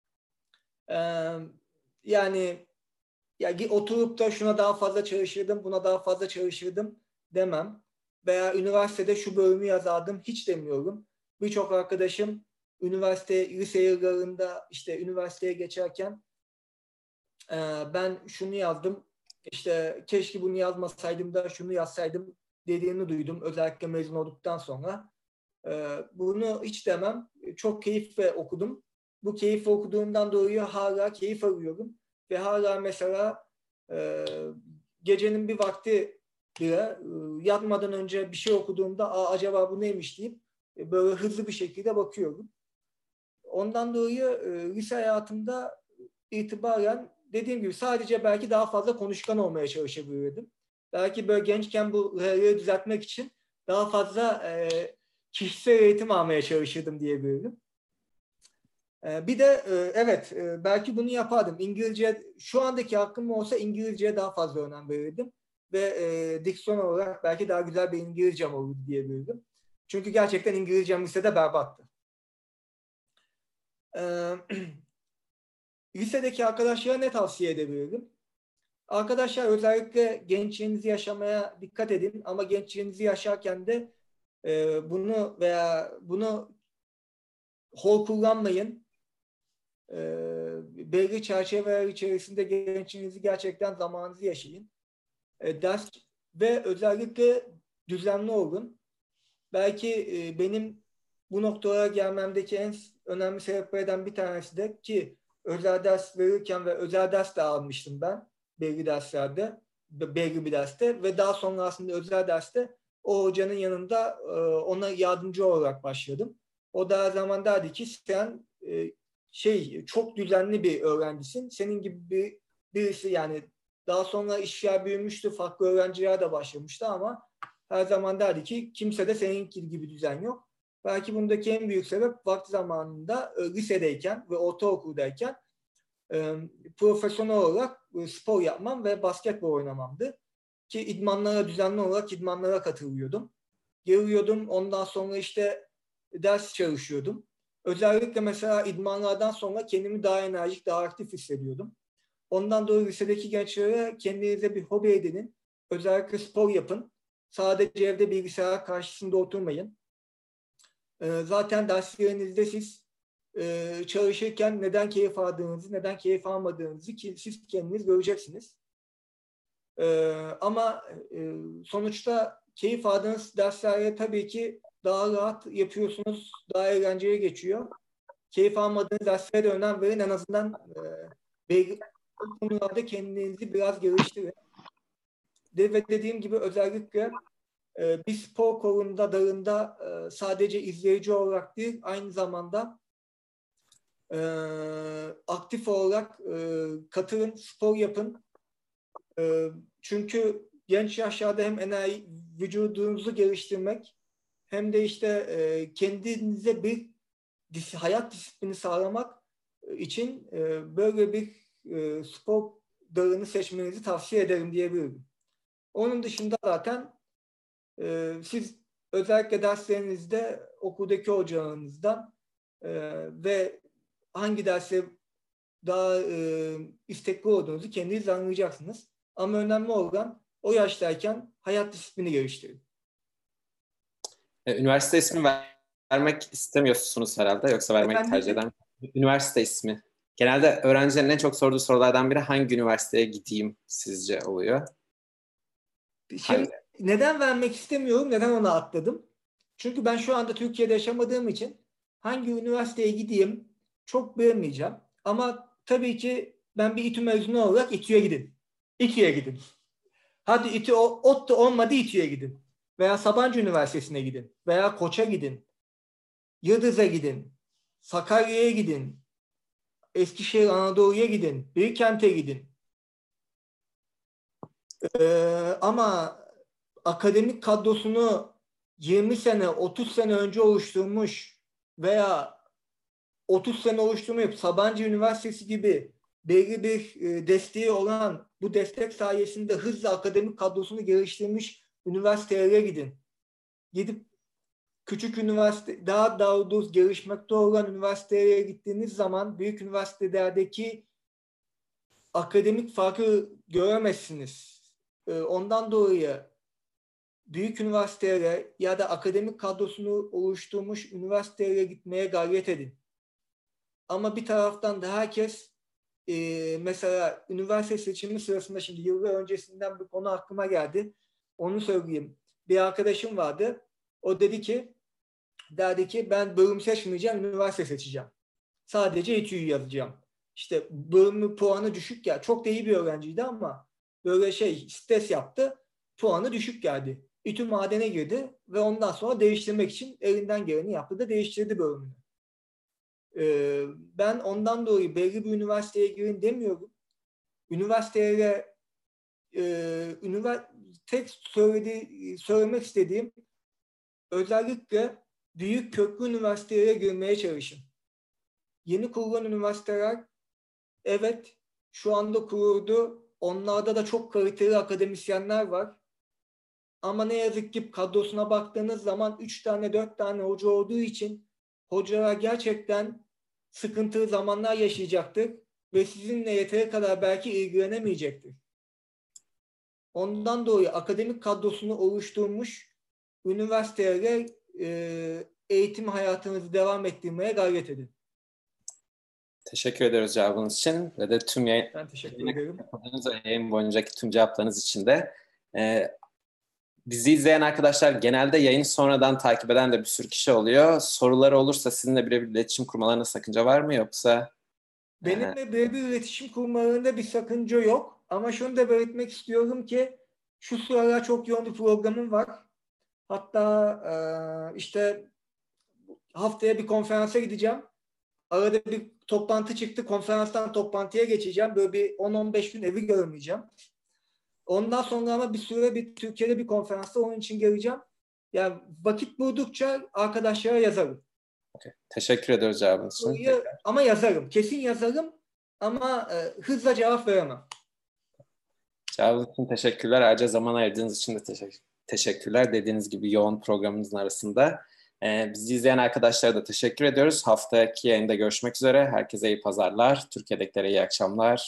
Yani ya oturup da şuna daha fazla çalışırdım, buna daha fazla çalışırdım demem. Veya üniversitede şu bölümü yazardım hiç demiyorum. Birçok arkadaşım lise yıllarında işte üniversiteye geçerken ben şunu yazdım, işte keşke bunu yazmasaydım da şunu yazsaydım dediğini duydum. Özellikle mezun olduktan sonra. Bunu hiç demem. Çok keyifle okudum. Bu keyifle okuduğumdan dolayı hala keyif alıyorum. Ve hala mesela gecenin bir vakti bile yatmadan önce bir şey okuduğumda acaba bu neymiş deyip böyle hızlı bir şekilde bakıyorum. Ondan dolayı lise hayatımda itibaren dediğim gibi sadece belki daha fazla konuşkan olmaya çalışabilirdim. Belki böyle gençken bu düzeltmek için daha fazla kişisel eğitim almaya çalışırdım diyebilirim. Bir de evet belki bunu yapardım. İngilizce şu andaki hakkım olsa İngilizceye daha fazla önem verirdim. Ve diksiyon olarak belki daha güzel bir İngilizcem olurdu diyebilirim. Çünkü gerçekten İngilizcem lisede berbattı. Lisedeki arkadaşlara ne tavsiye edebilirim? Arkadaşlar özellikle gençliğinizi yaşamaya dikkat edin. Ama gençliğinizi yaşarken de bunu hor kullanmayın. Belli çerçeveler içerisinde gençliğinizi gerçekten zamanınızı yaşayın. Ders ve özellikle düzenli olun. Belki benim bu noktalara gelmemdeki en önemli sebeplerden bir tanesi de ki özel ders verirken ve özel ders de almıştım ben belli derslerde, belli bir derste ve daha sonra aslında özel derste o hocanın yanında ona yardımcı olarak başladım. O da her zaman derdi ki sen çok düzenli bir öğrencisin. Senin gibi birisi yani daha sonra işler büyümüştü, farklı öğrenciler de başlamıştı ama her zaman derdi ki kimsede seninki gibi düzen yok. Belki bundaki en büyük sebep vakti zamanında lisedeyken ve ortaokuldayken profesyonel olarak spor yapmam ve basketbol oynamamdı. Ki düzenli olarak idmanlara katılıyordum. Geliyordum, ondan sonra işte ders çalışıyordum. Özellikle mesela idmanlardan sonra kendimi daha enerjik, daha aktif hissediyordum. Ondan dolayı lisedeki gençlere kendinize bir hobi edinin. Özellikle spor yapın. Sadece evde bilgisayar karşısında oturmayın. Zaten derslerinizde siz çalışırken neden keyif aldığınızı, neden keyif almadığınızı siz kendiniz göreceksiniz. Ama sonuçta keyif aldığınız derslerde tabii ki daha rahat yapıyorsunuz, daha eğlenceli geçiyor. Keyif almadığınız derslere de önem verin. En azından belli konularda kendinizi biraz geliştirin. Ve dediğim gibi özellikle bir spor kolunda, dalında sadece izleyici olarak değil, aynı zamanda aktif olarak katılın, spor yapın. Çünkü genç yaşlarda hem vücudunuzu geliştirmek hem de işte kendinize bir hayat disiplini sağlamak için böyle bir spor dalını seçmenizi tavsiye ederim diyebilirim. Onun dışında zaten siz özellikle derslerinizde okuldaki hocalarınızdan ve hangi derse daha istekli olduğunuzu kendiniz anlayacaksınız. Ama önemli olan o yaştayken hayat disiplini geliştirin. Üniversite ismi vermek istemiyorsunuz herhalde, yoksa vermek tercih eder misiniz? Üniversite ismi Genelde öğrencilerin en çok sorduğu sorulardan biri hangi üniversiteye gideyim sizce oluyor? Şimdi neden vermek istemiyorum, neden ona atladım? Çünkü ben şu anda Türkiye'de yaşamadığım için hangi üniversiteye gideyim çok bilemeyeceğim. Ama tabii ki ben bir İTÜ mezunu olarak İTÜ'ye gidin. İTÜ'ye gidin. Hadi İTÜ ODTÜ olmadı, İTÜ'ye gidin. Veya Sabancı Üniversitesi'ne gidin. Veya Koç'a gidin. Yıldız'a gidin. Sakarya'ya gidin. Eskişehir Anadolu'ya gidin. Bilkent'e gidin. Ama akademik kadrosunu 20 sene, 30 sene önce oluşturmuş veya 30 sene oluşturmayıp Sabancı Üniversitesi gibi belli bir desteği olan, bu destek sayesinde hızla akademik kadrosunu geliştirmiş üniversitelere gidin. Gidip küçük üniversite, daha doğrusu gelişmekte olan üniversitelere gittiğiniz zaman büyük üniversitelerdeki akademik farkı göremezsiniz. Ondan dolayı büyük üniversitelere ya da akademik kadrosunu oluşturmuş üniversitelere gitmeye gayret edin. Ama bir taraftan da herkes mesela üniversite seçimi sırasında, şimdi yıllar öncesinden bir konu aklıma geldi. Onu söyleyeyim. Bir arkadaşım vardı. O derdi ki ben bölüm seçmeyeceğim, üniversite seçeceğim. Sadece İTÜ'yü yazacağım. İşte bölümü puanı düşük geldi. Çok da iyi bir öğrenciydi ama böyle stres yaptı. Puanı düşük geldi. İTÜ madene girdi ve ondan sonra değiştirmek için elinden geleni yaptı da değiştirdi bölümünü. Ben ondan dolayı belli bir üniversiteye girin demiyorum. Üniversitelere tek söylemek istediğim, özellikle büyük köklü üniversitelere girmeye çalışın. Yeni kurulan üniversiteler, evet, şu anda kuruldu. Onlarda da çok kaliteli akademisyenler var. Ama ne yazık ki kadrosuna baktığınız zaman 3 tane 4 tane hoca olduğu için hocalar gerçekten sıkıntılı zamanlar yaşayacaktır ve sizinle yeteri kadar belki ilgilenemeyecektir. Ondan dolayı akademik kadrosunu oluşturmuş üniversitelere eğitim hayatınızı devam ettirmeye gayret edin. Teşekkür ediyoruz cevabınız için ve de tüm Ben teşekkür ederim. yayın boyuncaki tüm cevaplarınız için de. Bizi izleyen arkadaşlar, genelde yayını sonradan takip eden de bir sürü kişi oluyor. Soruları olursa sizinle birebir iletişim kurmalarına sakınca var mı, yoksa? Benimle birebir iletişim kurmalarında bir sakınca yok. Ama şunu da belirtmek istiyorum ki şu sıralar çok yoğun bir programım var. Hatta işte haftaya bir konferansa gideceğim. Arada bir toplantı çıktı. Konferanstan toplantıya geçeceğim. Böyle bir 10-15 gün evi görmeyeceğim. Ondan sonra ama bir süre Türkiye'de bir konferansta, onun için geleceğim. Yani vakit buldukça arkadaşlara yazarım. Okay. Teşekkür ediyoruz cevabınız için. Ama yazarım. Kesin yazarım ama hızla cevap veremem. Cevabınız için teşekkürler. Ayrıca zaman ayırdığınız için de teşekkürler. Dediğiniz gibi yoğun programınızın arasında. Bizi izleyen arkadaşlara da teşekkür ediyoruz. Haftaki yayında görüşmek üzere. Herkese iyi pazarlar. Türkiye'dekilere iyi akşamlar.